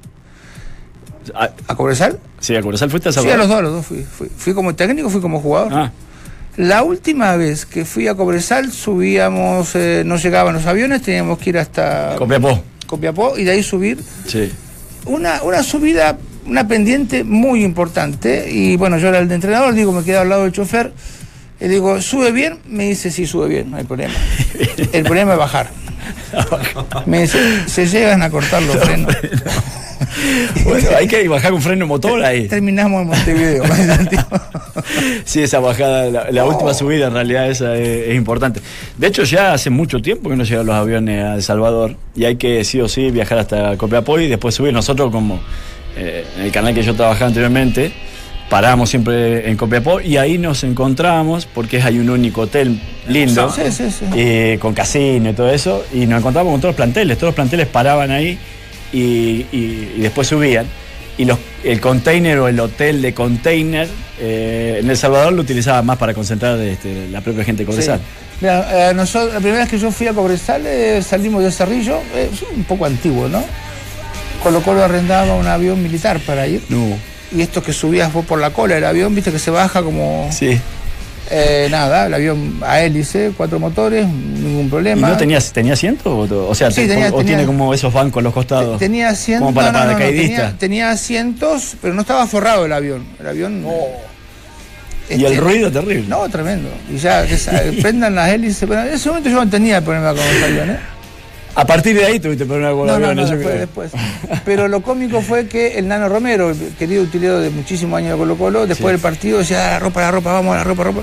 ¿A Cobresal? Sí, a Cobresal fuiste a Sí, a los dos fui como técnico, fui como jugador. La última vez que fui a Cobresal subíamos, no llegaban los aviones, teníamos que ir hasta Copiapó y de ahí subir. Sí. Una subida, una pendiente muy importante, y bueno, yo era el entrenador, digo, me quedé al lado del chofer, y digo, ¿sube bien? Me dice, sí, sube bien, no hay problema. El problema es bajar. Me dice, se llegan a cortar los frenos. Bueno, hay que bajar un freno motor ahí. Terminamos en Montevideo. Sí, esa bajada, la última subida en realidad esa es importante. De hecho, ya hace mucho tiempo que no llegan los aviones a El Salvador y hay que sí o sí viajar hasta Copiapó y después subir. Nosotros, como en el canal que yo trabajaba anteriormente, parábamos siempre en Copiapó y ahí nos encontramos, porque hay un único hotel lindo, sí. Con casino y todo eso, y nos encontramos con todos los planteles paraban ahí y después subían. Y el container o el hotel de container en El Salvador lo utilizaba más para concentrar la propia gente de Cobresal. Sí. Mira, nosotros, la primera vez que yo fui a Cobresal salimos de Cerrillo, un poco antiguo, ¿no? Colo-Colo arrendaba un avión militar para ir. No. Y esto que subías vos por la cola del avión, viste que se baja como... Sí. El avión a hélice, 4 motores, ningún problema. ¿Y no tenía asiento? O sea, sí, tenía, tiene como esos bancos en los costados. Tenía asientos. Como para paracaidistas. Tenía asientos, pero no estaba forrado el avión. El avión... Y el ruido terrible. No, tremendo. Y ya prendan las hélices. Pero en ese momento yo no tenía el problema con los aviones. A partir de ahí tuviste problema con los aviones. No, después. Pero lo cómico fue que el Nano Romero, el querido utilero de muchísimos años de Colo-Colo, después del partido decía, la ropa, vamos a la ropa.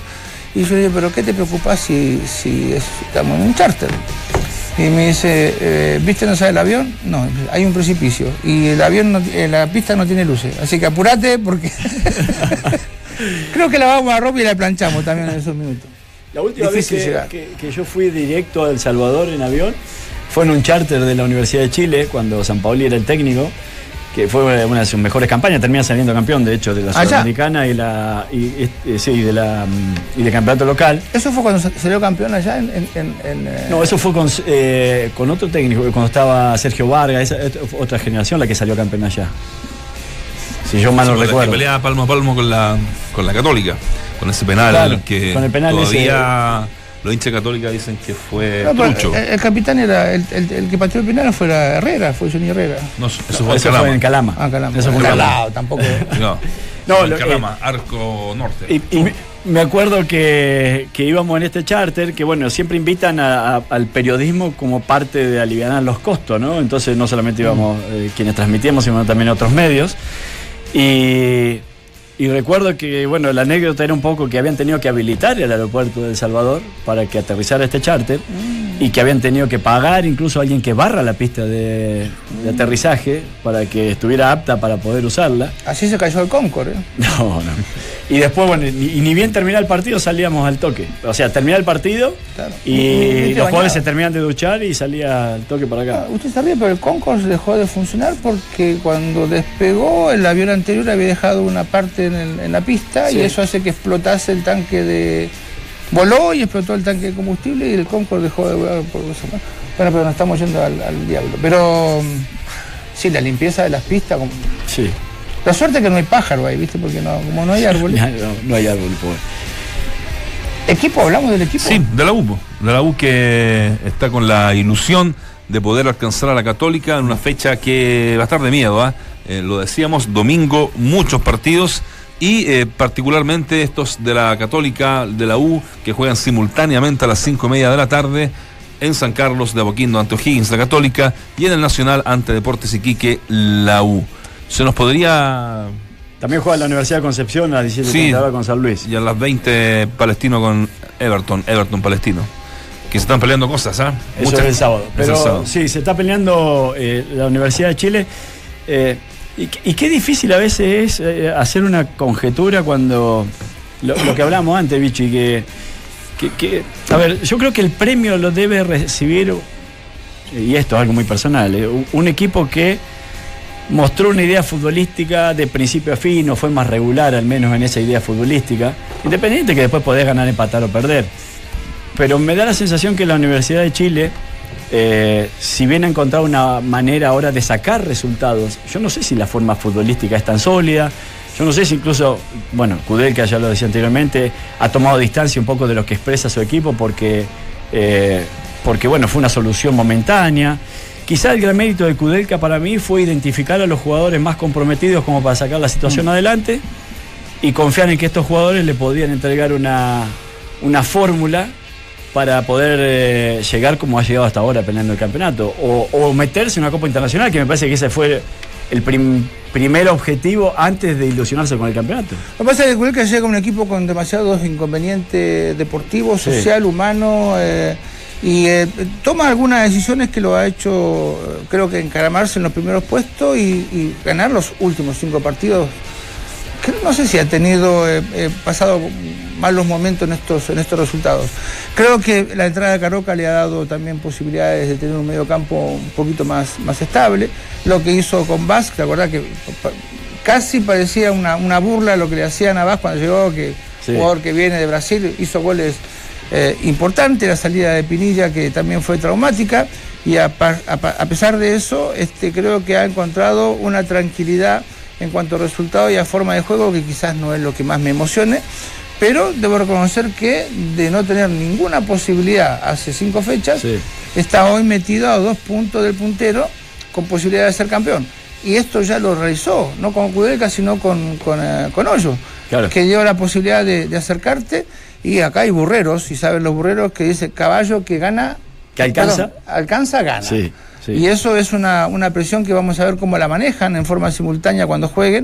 Y yo le digo, ¿pero qué te preocupa si estamos en un charter? Y me dice, ¿viste no sale el avión? No, hay un precipicio. Y el avión, la pista no tiene luces. Así que apurate porque... Creo que lavamos la ropa y la planchamos también en esos minutos. La última vez que yo fui directo a El Salvador en avión fue en un charter de la Universidad de Chile, cuando Sampaoli era el técnico, que fue una de sus mejores campañas, termina saliendo campeón, de hecho, de la Sudamericana y del campeonato local. ¿Eso fue cuando salió campeón allá No, eso fue con otro técnico, cuando estaba Sergio Vargas, esa otra generación la que salió campeón allá. Si yo mal no recuerdo. Que peleaba palmo a palmo con la Católica, con ese penal, claro, que con el penal todavía los hinchas católicos dicen que fue trucho. El capitán era el que pateó el penal fue Herrera, fue Johnny Herrera. No, eso fue en Calama. Calama. Eso fue en Calama. Tampoco. No, en Calama, Arco Norte. Y me acuerdo que íbamos en este charter, que bueno, siempre invitan al periodismo como parte de alivianar los costos, ¿no? Entonces no solamente íbamos quienes transmitíamos, sino también otros medios. Y recuerdo que, bueno, la anécdota era un poco que habían tenido que habilitar el aeropuerto de El Salvador para que aterrizara este charter y que habían tenido que pagar incluso a alguien que barra la pista de aterrizaje para que estuviera apta para poder usarla. Así se cayó el Concorde. No. Y después, bueno, y ni bien terminar el partido salíamos al toque. O sea, terminaba el partido, claro, y los jugadores se terminan de duchar y salía al toque para acá. Usted sabía, pero el Concorde dejó de funcionar porque cuando despegó el avión anterior había dejado una parte en la pista, sí, y eso hace que explotase el tanque de... Voló y explotó el tanque de combustible y el Concorde dejó de volar por eso. Bueno, pero nos estamos yendo al diablo. Pero sí, la limpieza de las pistas... Sí. La suerte es que no hay pájaro ahí, ¿viste? Porque como no hay árbol. No hay árbol, pobre. ¿Equipo? ¿Hablamos del equipo? Sí, de la U que está con la ilusión de poder alcanzar a la Católica en una fecha que va a estar de miedo, lo decíamos, domingo, muchos partidos y particularmente estos de la Católica, de la U, que juegan simultáneamente a las 5:30 de la tarde en San Carlos de Apoquindo ante O'Higgins, la Católica, y en el Nacional ante Deportes Iquique, la U. Se nos podría... También juega la Universidad de Concepción a las 17:30 con San Luis. Y a las 20 Palestino con Everton Palestino. Que se están peleando cosas, Eso es el sábado. Pero sí, se está peleando la Universidad de Chile. Y qué difícil a veces es hacer una conjetura cuando... Lo que hablamos antes, Vichy, que a ver, yo creo que el premio lo debe recibir, y esto es algo muy personal, un equipo que mostró una idea futbolística de principio a fin, o fue más regular al menos en esa idea futbolística, independiente que después podés ganar, empatar o perder. Pero me da la sensación que la Universidad de Chile, si bien ha encontrado una manera ahora de sacar resultados, yo no sé si la forma futbolística es tan sólida, yo no sé si incluso, bueno, Kudelka, ya lo decía anteriormente, ha tomado distancia un poco de lo que expresa su equipo porque bueno, fue una solución momentánea. Quizá el gran mérito de Kudelka para mí fue identificar a los jugadores más comprometidos como para sacar la situación adelante y confiar en que estos jugadores le podían entregar una fórmula para poder llegar como ha llegado hasta ahora peleando el campeonato o meterse en una Copa Internacional, que me parece que ese fue el primer objetivo antes de ilusionarse con el campeonato. Lo que pasa es que Kudelka llega con un equipo con demasiados inconvenientes deportivos, social, humano, y toma algunas decisiones que lo ha hecho, creo que encaramarse en los primeros puestos y ganar los últimos 5 partidos. Que no sé si ha tenido pasado malos momentos en estos resultados. Creo que la entrada de Caroca le ha dado también posibilidades de tener un medio campo un poquito más estable. Lo que hizo con Vaz, la verdad que casi parecía una burla lo que le hacían a Vaz cuando llegó, que jugador que viene de Brasil, hizo goles importante, la salida de Pinilla que también fue traumática, y a pesar de eso creo que ha encontrado una tranquilidad en cuanto a resultados y a forma de juego que quizás no es lo que más me emocione, pero debo reconocer que de no tener ninguna posibilidad hace 5 fechas, está hoy metido a 2 puntos del puntero con posibilidad de ser campeón, y esto ya lo realizó, no con Kudelka sino con Hoyo, claro, que dio la posibilidad de acercarte. Y acá hay burreros, y saben los burreros que dice caballo que gana, que alcanza, gana. Sí. Y eso es una presión que vamos a ver cómo la manejan en forma simultánea cuando jueguen,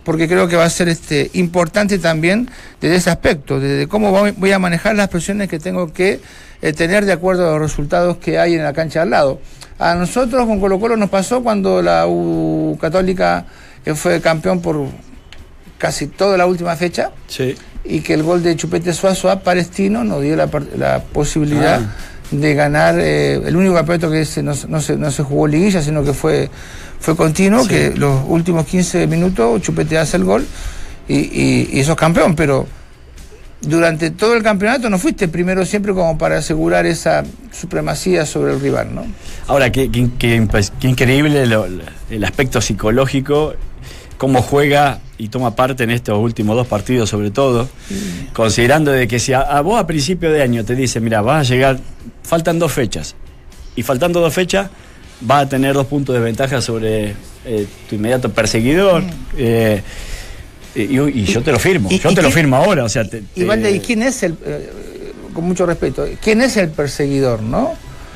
porque creo que va a ser importante también desde ese aspecto, desde cómo voy a manejar las presiones que tengo que tener de acuerdo a los resultados que hay en la cancha al lado. A nosotros con Colo-Colo nos pasó cuando la U Católica fue campeón por casi toda la última fecha, sí, y que el gol de Chupete Suazo a Palestino nos dio la posibilidad de ganar el único campeonato que no se jugó liguilla, sino que fue continuo, sí, que los últimos 15 minutos Chupete hace el gol y sos campeón, pero durante todo el campeonato no fuiste primero siempre como para asegurar esa supremacía sobre el rival, ¿no? Ahora, qué increíble el aspecto psicológico, cómo juega y toma parte en estos últimos 2 partidos sobre todo, considerando de que si a vos a principio de año te dicen, mira, vas a llegar, faltan 2 fechas, y faltando 2 fechas vas a tener 2 puntos de ventaja sobre tu inmediato perseguidor, y yo te lo firmo, lo firmo ahora, o sea... ¿Y quién es con mucho respeto, quién es el perseguidor, no?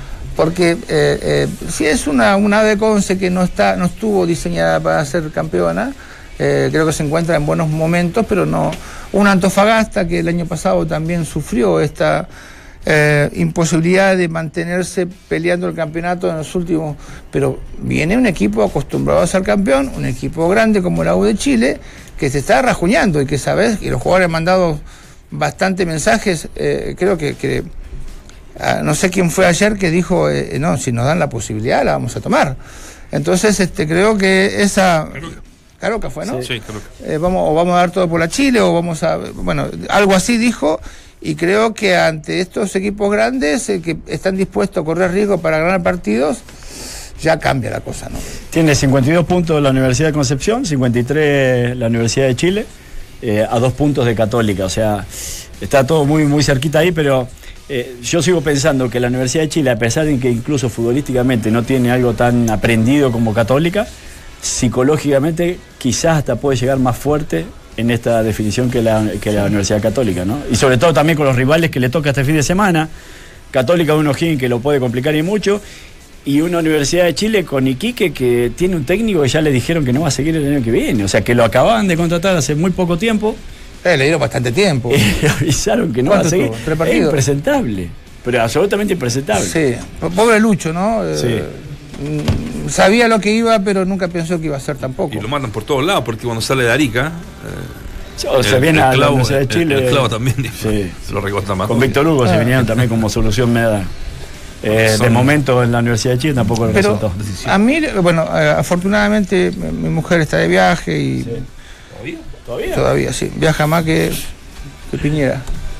Porque si es una ave Conce que no estuvo diseñada para ser campeona, creo que se encuentra en buenos momentos, pero no... Una Antofagasta que el año pasado también sufrió esta imposibilidad de mantenerse peleando el campeonato en los últimos... Pero viene un equipo acostumbrado a ser campeón, un equipo grande como la U de Chile, que se está rajuñando y que sabes, y los jugadores han mandado bastantes mensajes, creo que no sé quién fue ayer que dijo, no, si nos dan la posibilidad la vamos a tomar. Entonces creo que esa... Caroca fue, ¿no? Sí, Caroca. Vamos a dar todo por la Chile, o vamos a... Bueno, algo así dijo, y creo que ante estos equipos grandes que están dispuestos a correr riesgo para ganar partidos, ya cambia la cosa, ¿no? Tiene 52 puntos la Universidad de Concepción, 53 la Universidad de Chile, a 2 puntos de Católica, o sea, está todo muy, muy cerquita ahí, pero yo sigo pensando que la Universidad de Chile, a pesar de que incluso futbolísticamente no tiene algo tan aprendido como Católica, psicológicamente quizás hasta puede llegar más fuerte en esta definición que la Universidad Católica, ¿no? Y sobre todo también con los rivales que le toca este fin de semana. Católica, un O'Higgins que lo puede complicar y mucho, y una Universidad de Chile con Iquique que tiene un técnico que ya le dijeron que no va a seguir el año que viene, o sea que lo acababan de contratar hace muy poco tiempo. Le dieron bastante tiempo. Y avisaron que no va a seguir. Es impresentable, pero absolutamente impresentable. Sí, pobre Lucho, ¿no? Sí. Sabía lo que iba, pero nunca pensó que iba a ser tampoco. Y lo mandan por todos lados, porque cuando sale de Arica... o se viene a la Universidad de Chile. El clavo también sí, se lo recorta más. Con Víctor Hugo se vinieron también como solución media. De momento en la Universidad de Chile tampoco lo resultó. A mí, bueno, afortunadamente mi mujer está de viaje y... ¿Sí? Todavía, sí. Viaja más que Piñera.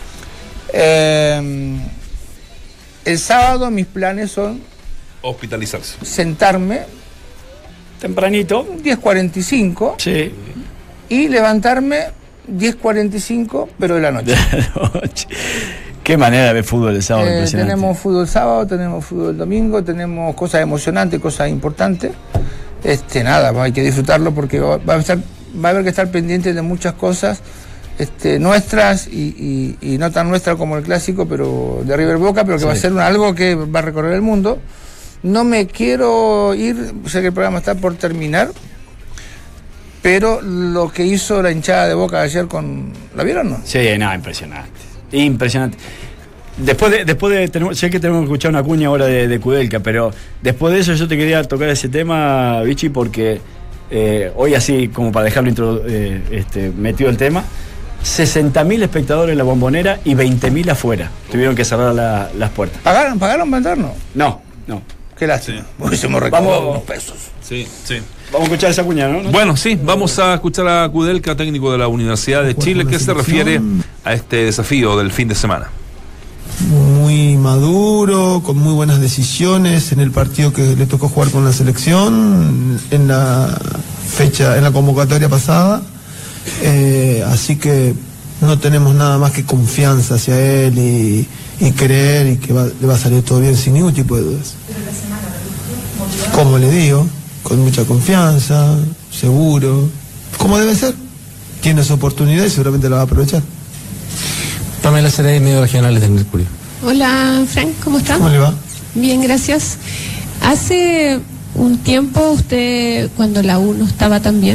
El sábado mis planes son... hospitalizarse. Sentarme... tempranito. 10:45. Sí. Y levantarme 10:45, pero de la noche. Qué manera de ver fútbol el sábado, impresionante. Tenemos fútbol sábado, tenemos fútbol domingo, tenemos cosas emocionantes, cosas importantes. Nada, hay que disfrutarlo porque va a haber que estar pendiente de muchas cosas nuestras y no tan nuestras como el clásico, pero de River Boca, pero que sí, va a ser algo que va a recorrer el mundo. No me quiero ir, sé que el programa está por terminar, pero lo que hizo la hinchada de Boca ayer ¿la vieron, no? Sí, no, impresionante. Después de sé que tenemos que escuchar una cuña ahora de Kudelka, pero después de eso yo te quería tocar ese tema, Vichy, porque hoy así, como para dejarlo metido el tema, 60.000 espectadores en la Bombonera y 20.000 afuera. Tuvieron que cerrar las puertas. ¿Pagaron para entrarnos? No. Qué lástima. Sí. Hubiésemos recaudado unos pesos. Sí. Vamos a escuchar esa cuña, ¿no? Bueno, sí, vamos a escuchar a Kudelka, técnico de la Universidad de Chile, que se refiere a este desafío del fin de semana. Muy maduro, con muy buenas decisiones en el partido que le tocó jugar con la selección, en la convocatoria pasada. Así que no tenemos nada más que confianza hacia él y creer y que le va a salir todo bien sin ningún tipo de dudas. Como le digo, con mucha confianza, seguro, como debe ser. Tiene su oportunidad y seguramente la va a aprovechar. Pamela Ceray, medios regionales del Mercurio. Hola, Frank, ¿cómo está? ¿Cómo le va? Bien, gracias. Hace un tiempo usted, cuando la U no estaba tan bien,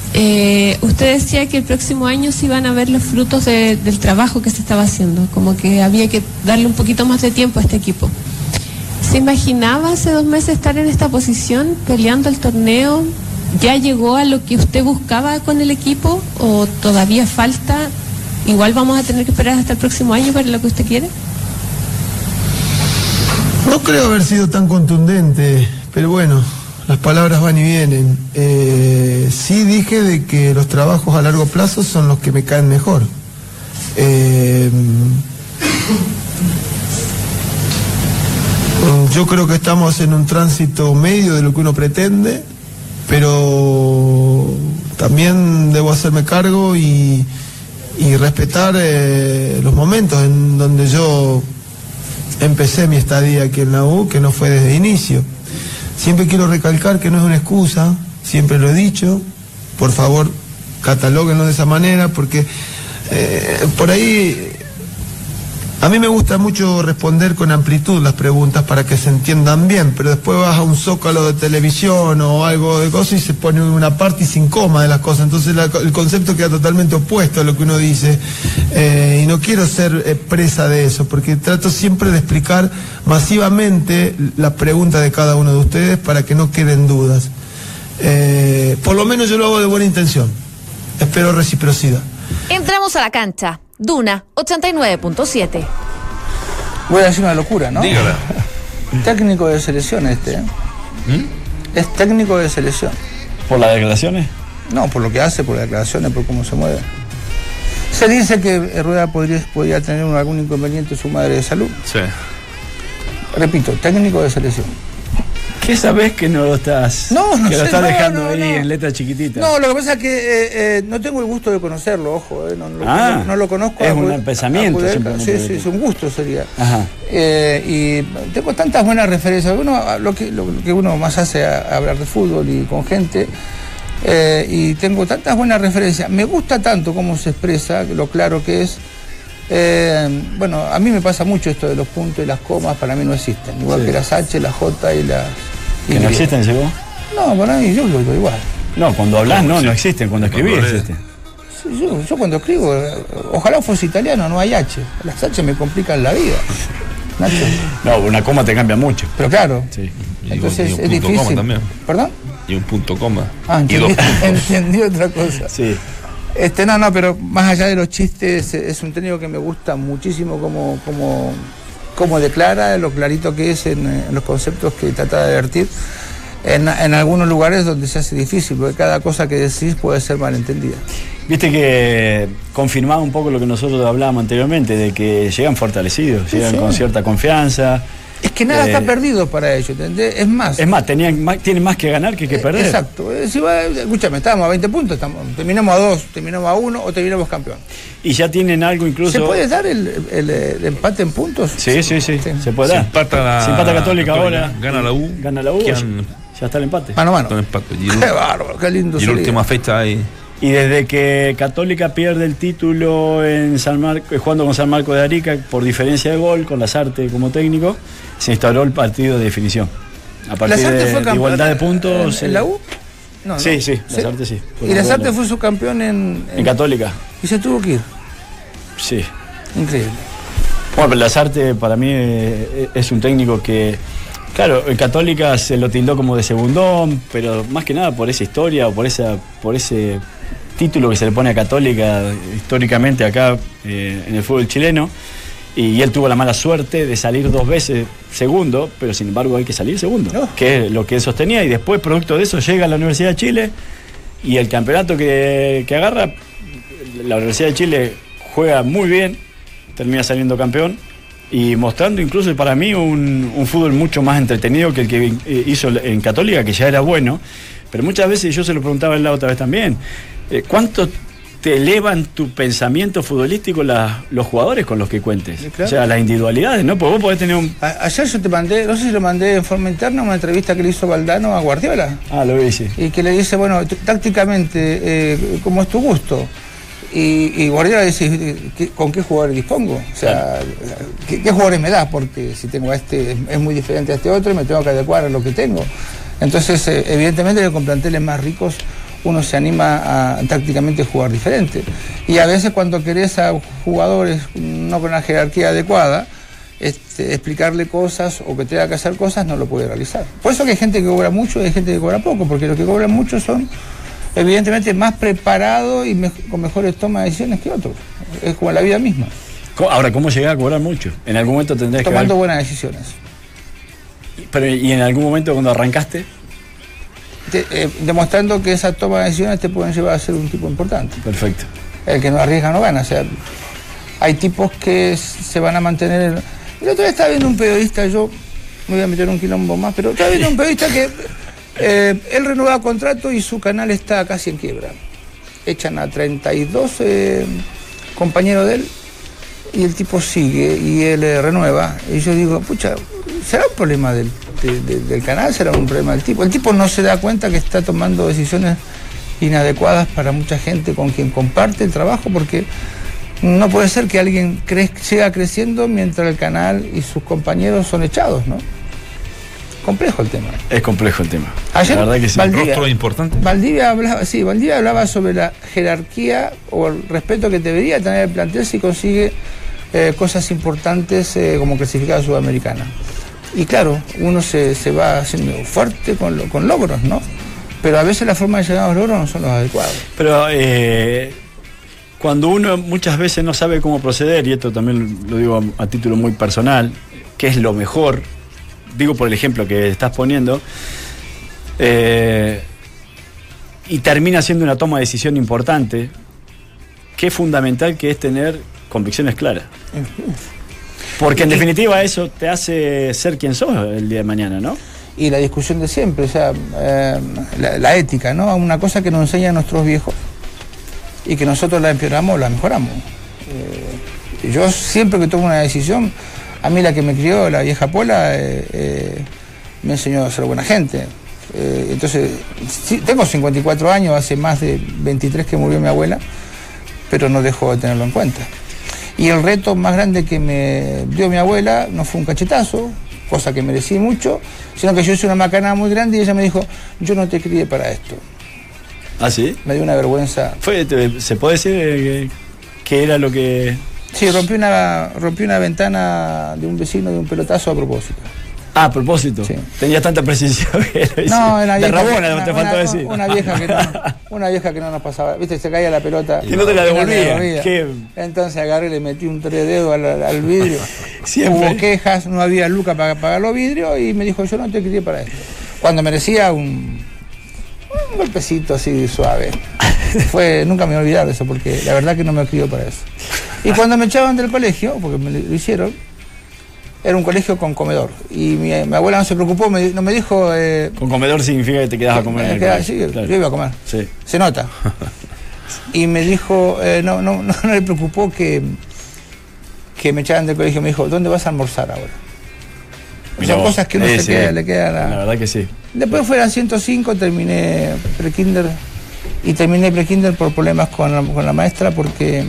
Usted decía que el próximo año se iban a ver los frutos del trabajo que se estaba haciendo, como que había que darle un poquito más de tiempo a este equipo. ¿Se imaginaba hace 2 meses estar en esta posición, peleando el torneo? ¿Ya llegó a lo que usted buscaba con el equipo o todavía falta? ¿Igual vamos a tener que esperar hasta el próximo año para lo que usted quiere? No creo haber sido tan contundente, pero bueno, las palabras van y vienen. Sí dije de que los trabajos a largo plazo son los que me caen mejor. Yo creo que estamos en un tránsito medio de lo que uno pretende, pero también debo hacerme cargo y respetar los momentos en donde yo empecé mi estadía aquí en la U, que no fue desde el inicio. Siempre quiero recalcar que no es una excusa, siempre lo he dicho, por favor catalóguenlo de esa manera, porque por ahí a mí me gusta mucho responder con amplitud las preguntas para que se entiendan bien, pero después vas a un zócalo de televisión o algo de cosas y se pone una parte y sin coma de las cosas, entonces el concepto queda totalmente opuesto a lo que uno dice, y no quiero ser presa de eso, porque trato siempre de explicar masivamente la pregunta de cada uno de ustedes para que no queden dudas. Por lo menos yo lo hago de buena intención, espero reciprocidad. Entramos a la cancha. Duna 89.7. Voy a decir una locura, ¿no? Dígala. Técnico de selección Es técnico de selección. ¿Por las declaraciones? No, por lo que hace, por las declaraciones, por cómo se mueve. Se dice que Rueda podría tener algún inconveniente en su madre de salud. Sí. Repito, técnico de selección. ¿Qué sabés que no lo estás? No que sé, lo estás dejando no. ahí en letra chiquitita. No, lo que pasa es que no tengo el gusto de conocerlo, ojo, no lo conozco. Es un pensamiento. Sí, es un gusto sería. Ajá. Y tengo tantas buenas referencias. Lo que uno más hace a hablar de fútbol y con gente, y tengo tantas buenas referencias. Me gusta tanto cómo se expresa, lo claro que es. Bueno, a mí me pasa mucho esto de los puntos y las comas, para mí no existen. Igual que las H, las J y las... ¿Que no existen, llegó? No, para mí yo lo digo igual. No, cuando hablas no existen, cuando escribís existen. Sí, yo cuando escribo, ojalá fuese italiano, no hay H. Las H me complican la vida. Nacho. No, una coma te cambia mucho. Pero claro. Sí. Entonces y es difícil. Coma también. ¿Perdón? Y un punto coma. Entendí otra cosa. Sí. No, pero más allá de los chistes, es un técnico que me gusta muchísimo como declara, lo clarito que es en los conceptos que trata de vertir, en algunos lugares donde se hace difícil, porque cada cosa que decís puede ser malentendida. Viste que confirmaba un poco lo que nosotros hablábamos anteriormente, de que llegan fortalecidos, llegan con cierta confianza. Es que nada está perdido para ellos, ¿entendés? Es más, tienen más que ganar que perder. Exacto. Escúchame, estábamos a 20 puntos, terminamos a 2, terminamos a 1 o terminamos campeón. Y ya tienen algo incluso... ¿Se puede dar el empate en puntos? Sí, se puede dar. Si empata Católica ahora. Gana la U. Ya está el empate. Mano a mano. Qué bárbaro, qué lindo. Y la última fecha ahí. Y desde que Católica pierde el título en San Marcos, jugando con San Marcos de Arica por diferencia de gol, con Lazarte como técnico, se instauró el partido de definición. A partir de igualdad de puntos. ¿En la U? No, sí, Lazarte sí. Y Lazarte fue subcampeón en Católica. ¿Y se tuvo que ir? Sí. Increíble. Bueno, pero Lazarte para mí es un técnico que... Claro, en Católica se lo tildó como de segundón, pero más que nada por esa historia o por ese título que se le pone a Católica históricamente acá en el fútbol chileno, y él tuvo la mala suerte de salir 2 veces segundo, pero sin embargo hay que salir segundo, que es lo que él sostenía, y después producto de eso llega a la Universidad de Chile y el campeonato que agarra, la Universidad de Chile juega muy bien, termina saliendo campeón y mostrando incluso para mí un fútbol mucho más entretenido que el que hizo en Católica, que ya era bueno, pero muchas veces, yo se lo preguntaba la otra vez también, ¿cuánto te elevan tu pensamiento futbolístico los jugadores con los que cuentes? Claro. O sea, las individualidades, ¿no? Porque vos podés tener un... Ayer yo te mandé, no sé si lo mandé en forma interna, una entrevista que le hizo Valdano a Guardiola. Lo vi, sí. Y que le dice, bueno, tácticamente, ¿cómo es tu gusto? Y Guardiola dice, ¿con qué jugadores dispongo? O sea, ¿qué jugadores me das? Porque si tengo a este, es muy diferente a este otro y me tengo que adecuar a lo que tengo. Entonces, evidentemente, con planteles más ricos, uno se anima a tácticamente jugar diferente. Y a veces cuando querés a jugadores no con la jerarquía adecuada, explicarle cosas o que tenga que hacer cosas, no lo puede realizar. Por eso que hay gente que cobra mucho y hay gente que cobra poco, porque los que cobran mucho son evidentemente más preparados y con mejores tomas de decisiones que otros. Es como la vida misma. Ahora, ¿cómo llegar a cobrar mucho? En algún momento tendrás que tomando buenas decisiones. Pero, ¿y en algún momento cuando arrancaste? Demostrando que esas tomas de decisiones te pueden llevar a ser un tipo importante. Perfecto. El que no arriesga no gana. O sea, hay tipos que se van a mantener. El otro día estaba viendo un periodista, yo me voy a meter un quilombo más, pero estaba viendo un periodista que él renueva contrato y su canal está casi en quiebra. Echan a 32 compañeros de él y el tipo sigue y él renueva. Y yo digo, pucha, ¿será un problema del canal? ¿Será un problema del tipo? El tipo no se da cuenta que está tomando decisiones inadecuadas para mucha gente con quien comparte el trabajo, porque no puede ser que alguien siga creciendo mientras el canal y sus compañeros son echados, ¿no? Complejo el tema. Es complejo el tema. Ayer, la verdad que sí. Rostro importante. Valdivia hablaba sobre la jerarquía o el respeto que debería tener el plantel si consigue cosas importantes como clasificada sudamericana. Y claro, uno se va haciendo fuerte con logros, ¿no? Pero a veces la forma de llegar a los logros no son los adecuados. Pero cuando uno muchas veces no sabe cómo proceder, y esto también lo digo a título muy personal, qué es lo mejor, digo por el ejemplo que estás poniendo, y termina siendo una toma de decisión importante, qué fundamental que es tener convicciones claras. Porque en definitiva eso te hace ser quien sos el día de mañana, ¿no? Y la discusión de siempre, o sea, la ética, ¿no? Una cosa que nos enseñan nuestros viejos y que nosotros la empeoramos, la mejoramos. Yo siempre que tomo una decisión, a mí la que me crió, la vieja Pola, me enseñó a ser buena gente. Entonces, sí, tengo 54 años, hace más de 23 que murió mi abuela, pero no dejo de tenerlo en cuenta. Y el reto más grande que me dio mi abuela no fue un cachetazo, cosa que merecí mucho, sino que yo hice una macanada muy grande y ella me dijo, yo no te crié para esto. ¿Ah, sí? Me dio una vergüenza. ¿Se puede decir que era lo que...? Sí, rompí una ventana de un vecino de un pelotazo a propósito. Ah, a propósito. Sí. Tenías tanta precisión que no, era de Rabona, te faltó decir. Una vieja que no nos pasaba. Viste, se caía la pelota. Y no te la devolvía. Entonces agarré y le metí un 3 dedos al vidrio. Siempre. Hubo quejas, no había lucas para pagar los vidrios y me dijo, yo no te crié para esto. Cuando merecía un golpecito así suave. Nunca me voy a olvidar de eso, porque la verdad que no me crió para eso. Y cuando me echaban del colegio, porque me lo hicieron, era un colegio con comedor. Y mi abuela no se preocupó, no me dijo... con comedor significa que te quedabas a comer. Sí, claro. Yo iba a comer. Sí. Se nota. Y me dijo, no le preocupó que me echaran del colegio. Me dijo, ¿dónde vas a almorzar ahora? Son cosas que uno le queda la verdad que sí. Después fue a 105, terminé prekinder. Y terminé prekinder por problemas con la maestra, porque...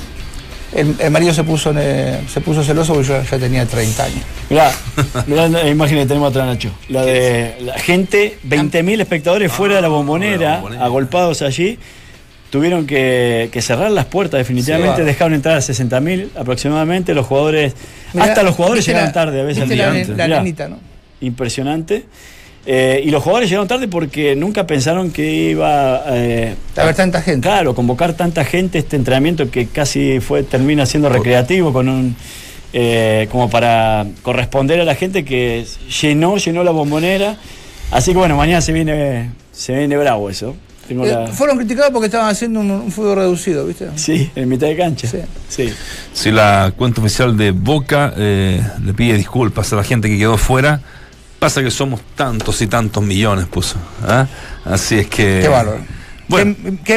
El marido se puso celoso porque yo ya tenía 30 años. Mirá la imagen que tenemos atrás, Nacho. La de la gente, 20.000 espectadores fuera de la Bombonera, agolpados allí. Tuvieron que cerrar las puertas definitivamente, dejaron entrar a 60.000 aproximadamente. Los jugadores, hasta los jugadores llegaron tarde a veces al día. La nenita, ¿no? Impresionante. Y los jugadores llegaron tarde porque nunca pensaron que iba a haber tanta gente. Claro, convocar tanta gente, este entrenamiento que casi termina siendo recreativo con como para corresponder a la gente que llenó la Bombonera. Así que bueno, mañana se viene bravo eso. Fueron criticados porque estaban haciendo un fútbol reducido, ¿viste? Sí, en mitad de cancha. Sí. Si la cuenta oficial de Boca le pide disculpas a la gente que quedó fuera. Pasa que somos tantos y tantos millones, puso. Así es que... Qué valor. Bueno.